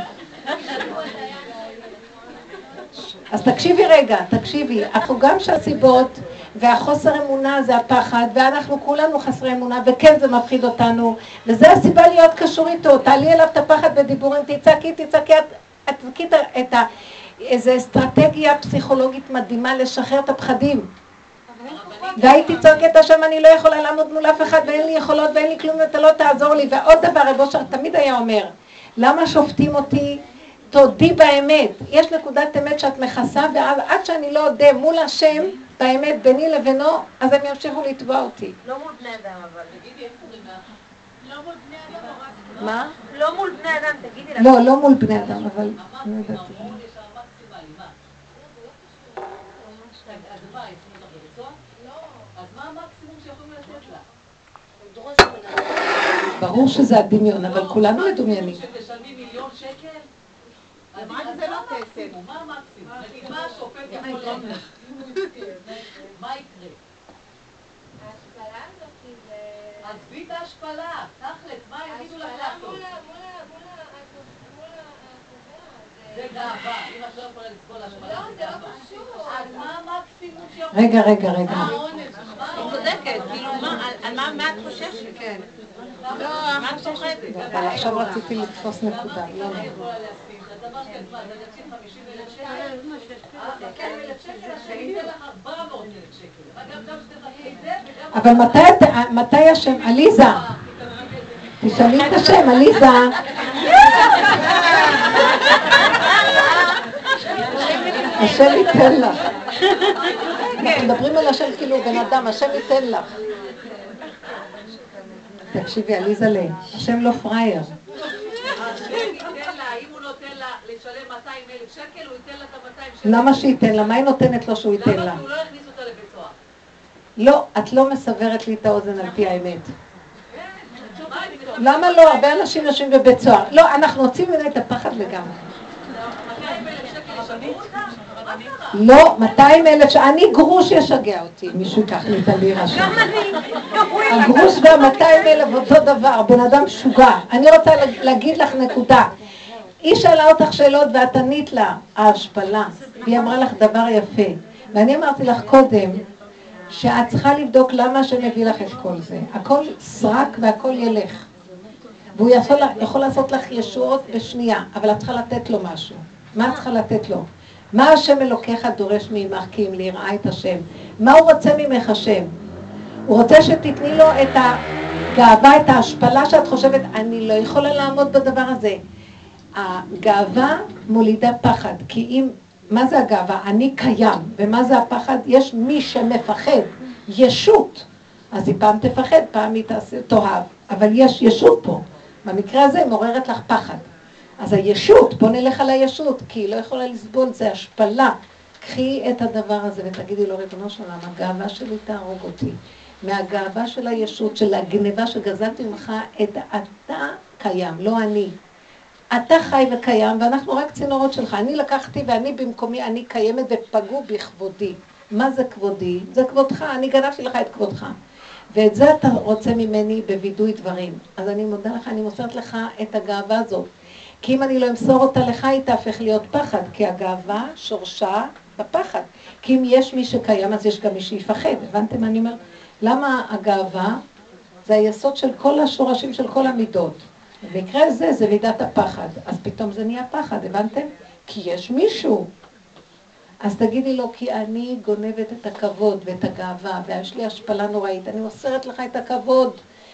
אז תקשיבי רגע, תקשיבי, אנחנו גם שהסיבות, והחוסר אמונה זה הפחד, ואנחנו כולנו חסרי אמונה, וכן זה מפחיד אותנו, וזה הסיבה להיות קשור איתו, תעלי אליו את הפחד בדיבורים, תצעקי, תצעקי, תצעקי את ה... איזו אסטרטגיה פסיכולוגית מדהימה לשחרר את הפחדים. והייתי צועקת השם, אני לא יכולה לעמוד מול אף אחד, ואין לי יכולות ואין לי כלום, ואתה לא תעזור לי. ועוד דבר, רב אושר תמיד היה אומר, למה שופטים אותי? תודי באמת. יש נקודת אמת שאת מכסה, ועד שאני לא יודע מול השם, באמת ביני לבינו, אז הם ימשיכו לתבוע אותי. לא מול בני אדם, אבל. תגידי, איפה רימה? לא מול בני אדם, או רק... מה? לא מול בני אדם, תגידי לך. לא, לא מול בני אדם, אבל... אני יודעת. ברור שזה הדמיון, אבל כולנו מדומיינים. שמשלמים מיליון שקל? רק זה לא כסף. מה המקסימום? נגיד מה השופט יכול לעשות? מה יקרה? ההשפלה הזאת היא זה... עזבי את ההשפלה, תכלס, מה יגידו לך לעשות? ההשפלה מול התובע, זה גאווה, אם את לא יכולה לסבול השפלה. לא, זה לא פשוט. אז מה המקסימום שיכול? רגע, רגע, רגע. היא צודקת, כאילו, מה את חושבת? כן. לא, מה את חושבת? אבל עכשיו רציתי לתפוס נקודה. אני יכולה להסכים, זה דבר כתבה, זה נציב חמישים אלף שקל. כן, אלף שקל, השני ייתן לך ארבע מאות אלף שקל. אבל גם שתבקי את זה וגם... אבל מתי השם? עליזה. תשאלי את השם, עליזה. השם ייתן לך. אנחנו מדברים על השם כאילו בן אדם, השם ייתן לך. תקשיבי, עליזה לי, השם לא פרייר. השם ייתן לה, אם הוא נותן לה לשלם מאתיים אלף שקל, הוא ייתן לה את ה-מאתיים שקל. למה שייתן לה? מה היא נותנת לו שהוא ייתן לה? למה? כי הוא לא יכניס אותה לבית סוהר. לא, את לא מסברת לי את האוזן על פי האמת. למה לא? הרבה אנשים יושבים בבית סוהר. לא, אנחנו רוצים ממנה את הפחד לגמרי. לא, מאתיים אלף, אני גרוש ישגע אותי, מישהו ייקח לי את הלירה שלי. גם אני. הגרוש והמאתיים אלף אותו דבר, בן אדם שוגע. אני רוצה להגיד לך נקודה. היא שאלה אותך שאלות ואת ענית לה, ההשפלה, והיא אמרה לך דבר יפה. ואני אמרתי לך קודם, שאת צריכה לבדוק למה שנביא לך את כל זה. הכל סרק והכל ילך. והוא יכול, יכול לעשות לך ישועות בשנייה, אבל את צריכה לתת לו משהו. מה את צריכה לתת לו? מה השם אלוקיך דורש ממך כי אם ליראה את השם? מה הוא רוצה ממך השם? הוא רוצה שתתני לו את הגאווה, את ההשפלה שאת חושבת, אני לא יכולה לעמוד בדבר הזה. הגאווה מולידה פחד, כי אם, מה זה הגאווה? אני קיים, ומה זה הפחד? יש מי שמפחד, ישות. אז היא פעם תפחד, פעם היא תאהב, אבל יש ישות פה. במקרה הזה היא מעוררת לך פחד. אז הישות, בוא נלך על הישות, כי היא לא יכולה לסבול, זה השפלה. קחי את הדבר הזה ותגידי לו, ריבונו של עולם, הגאווה שלי תהרוג אותי. מהגאווה של הישות, של הגניבה שגזלתי ממך, את אתה קיים, לא אני. אתה חי וקיים, ואנחנו רק צינורות שלך. אני לקחתי ואני במקומי, אני קיימת ופגעו בכבודי. מה זה כבודי? זה כבודך, אני גנבתי לך את כבודך. ואת זה אתה רוצה ממני בווידוי דברים. אז אני מודה לך, אני מוסרת לך את הגאווה הזאת. כי אם אני לא אמסור אותה לך, היא תהפך להיות פחד, כי הגאווה שורשה בפחד. כי אם יש מי שקיים, אז יש גם מי שיפחד. הבנתם מה אני אומר? למה הגאווה? זה היסוד של כל השורשים של כל המידות. במקרה הזה זה מידת הפחד. אז פתאום זה נהיה פחד, הבנתם? כי יש מישהו. אז תגידי לו, כי אני גונבת את הכבוד ואת הגאווה, ויש לי השפלה נוראית. אני מוסרת לך את הכבוד.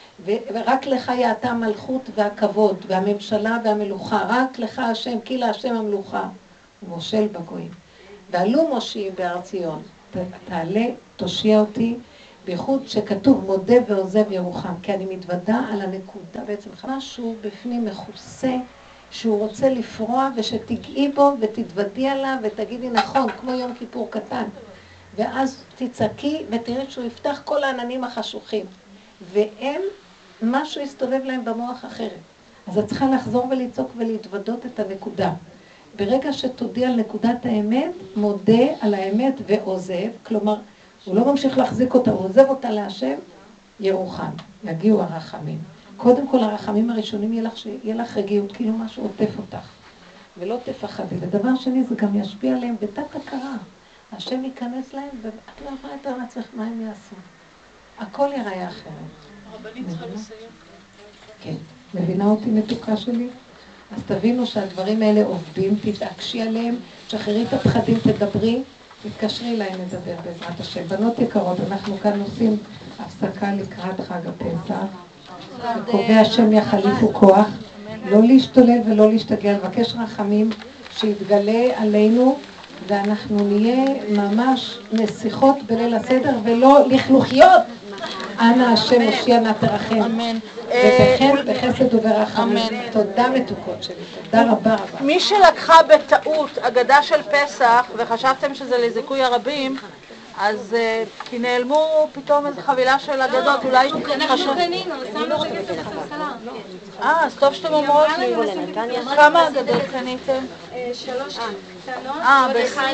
ורק לך יעתה המלכות והכבוד, והממשלה והמלוכה, רק לך השם, כי להשם המלוכה, הוא מושל בגויים. ועלו מושיעים בהר ציון, תעלה, תושיע אותי, בייחוד שכתוב מודה ועוזב ירוחם, כי אני מתוודה על הנקודה בעצם, משהו בפנים מכוסה, שהוא רוצה לפרוע ושתגעי בו ותתוודי עליו ותגידי נכון, כמו יום כיפור קטן. ואז תצעקי ותראי שהוא יפתח כל העננים החשוכים. והם, משהו יסתובב להם במוח אחרת. אז את צריכה לחזור ולצעוק ולהתוודות את הנקודה. ברגע שתודיע על נקודת האמת, מודה על האמת ועוזב, כלומר, הוא לא ממשיך להחזיק אותה, הוא עוזב אותה להשם, ירוחם, יגיעו הרחמים. קודם כל הרחמים הראשונים יהיה לך, יהיה לך רגיעות, כאילו משהו עוטף אותך, ולא תפחדי. ודבר שני, זה גם ישפיע עליהם בתת הכרה. השם ייכנס להם, ואת לא יכולה יותר לעצמך מה הם יעשו. הכל יראה אחרת. הרבנית צריכה לסיים. כן, מבינה אותי מתוקה שלי? אז תבינו שהדברים האלה עובדים, תתעקשי עליהם, שחררי את הפחדים, תדברי, תתקשרי להם לדבר בעזרת השם. בנות יקרות, אנחנו כאן עושים הפסקה לקראת חג הפסח, וקובע השם יחליפו כוח, לא להשתולל ולא להשתגע, לבקש רחמים שיתגלה עלינו, ואנחנו נהיה ממש נסיכות בליל הסדר ולא לכלוכיות. אנא השם הושיע נא תרחם. ובכן בחסד וברחמים. תודה מתוקות שלי, תודה רבה רבה. מי שלקחה בטעות אגדה של פסח וחשבתם שזה לזיכוי הרבים, אז כי נעלמו פתאום איזו חבילה של אגדות, אולי אנחנו קנינו, שמנו בכסף הסלסלה. אה, אז טוב שאתם אומרות לי. כמה אגדות קניתם? שלוש קטנות, אה, ואחד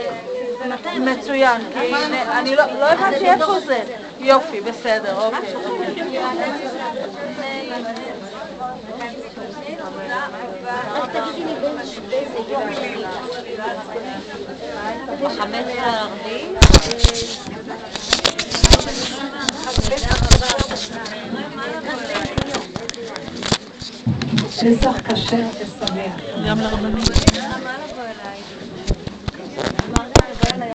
מצוין, כי אני לא הבנתי איפה זה. יופי, בסדר, אוקיי. חמש ערבי פסח כשר ושמח. גם לרבנים.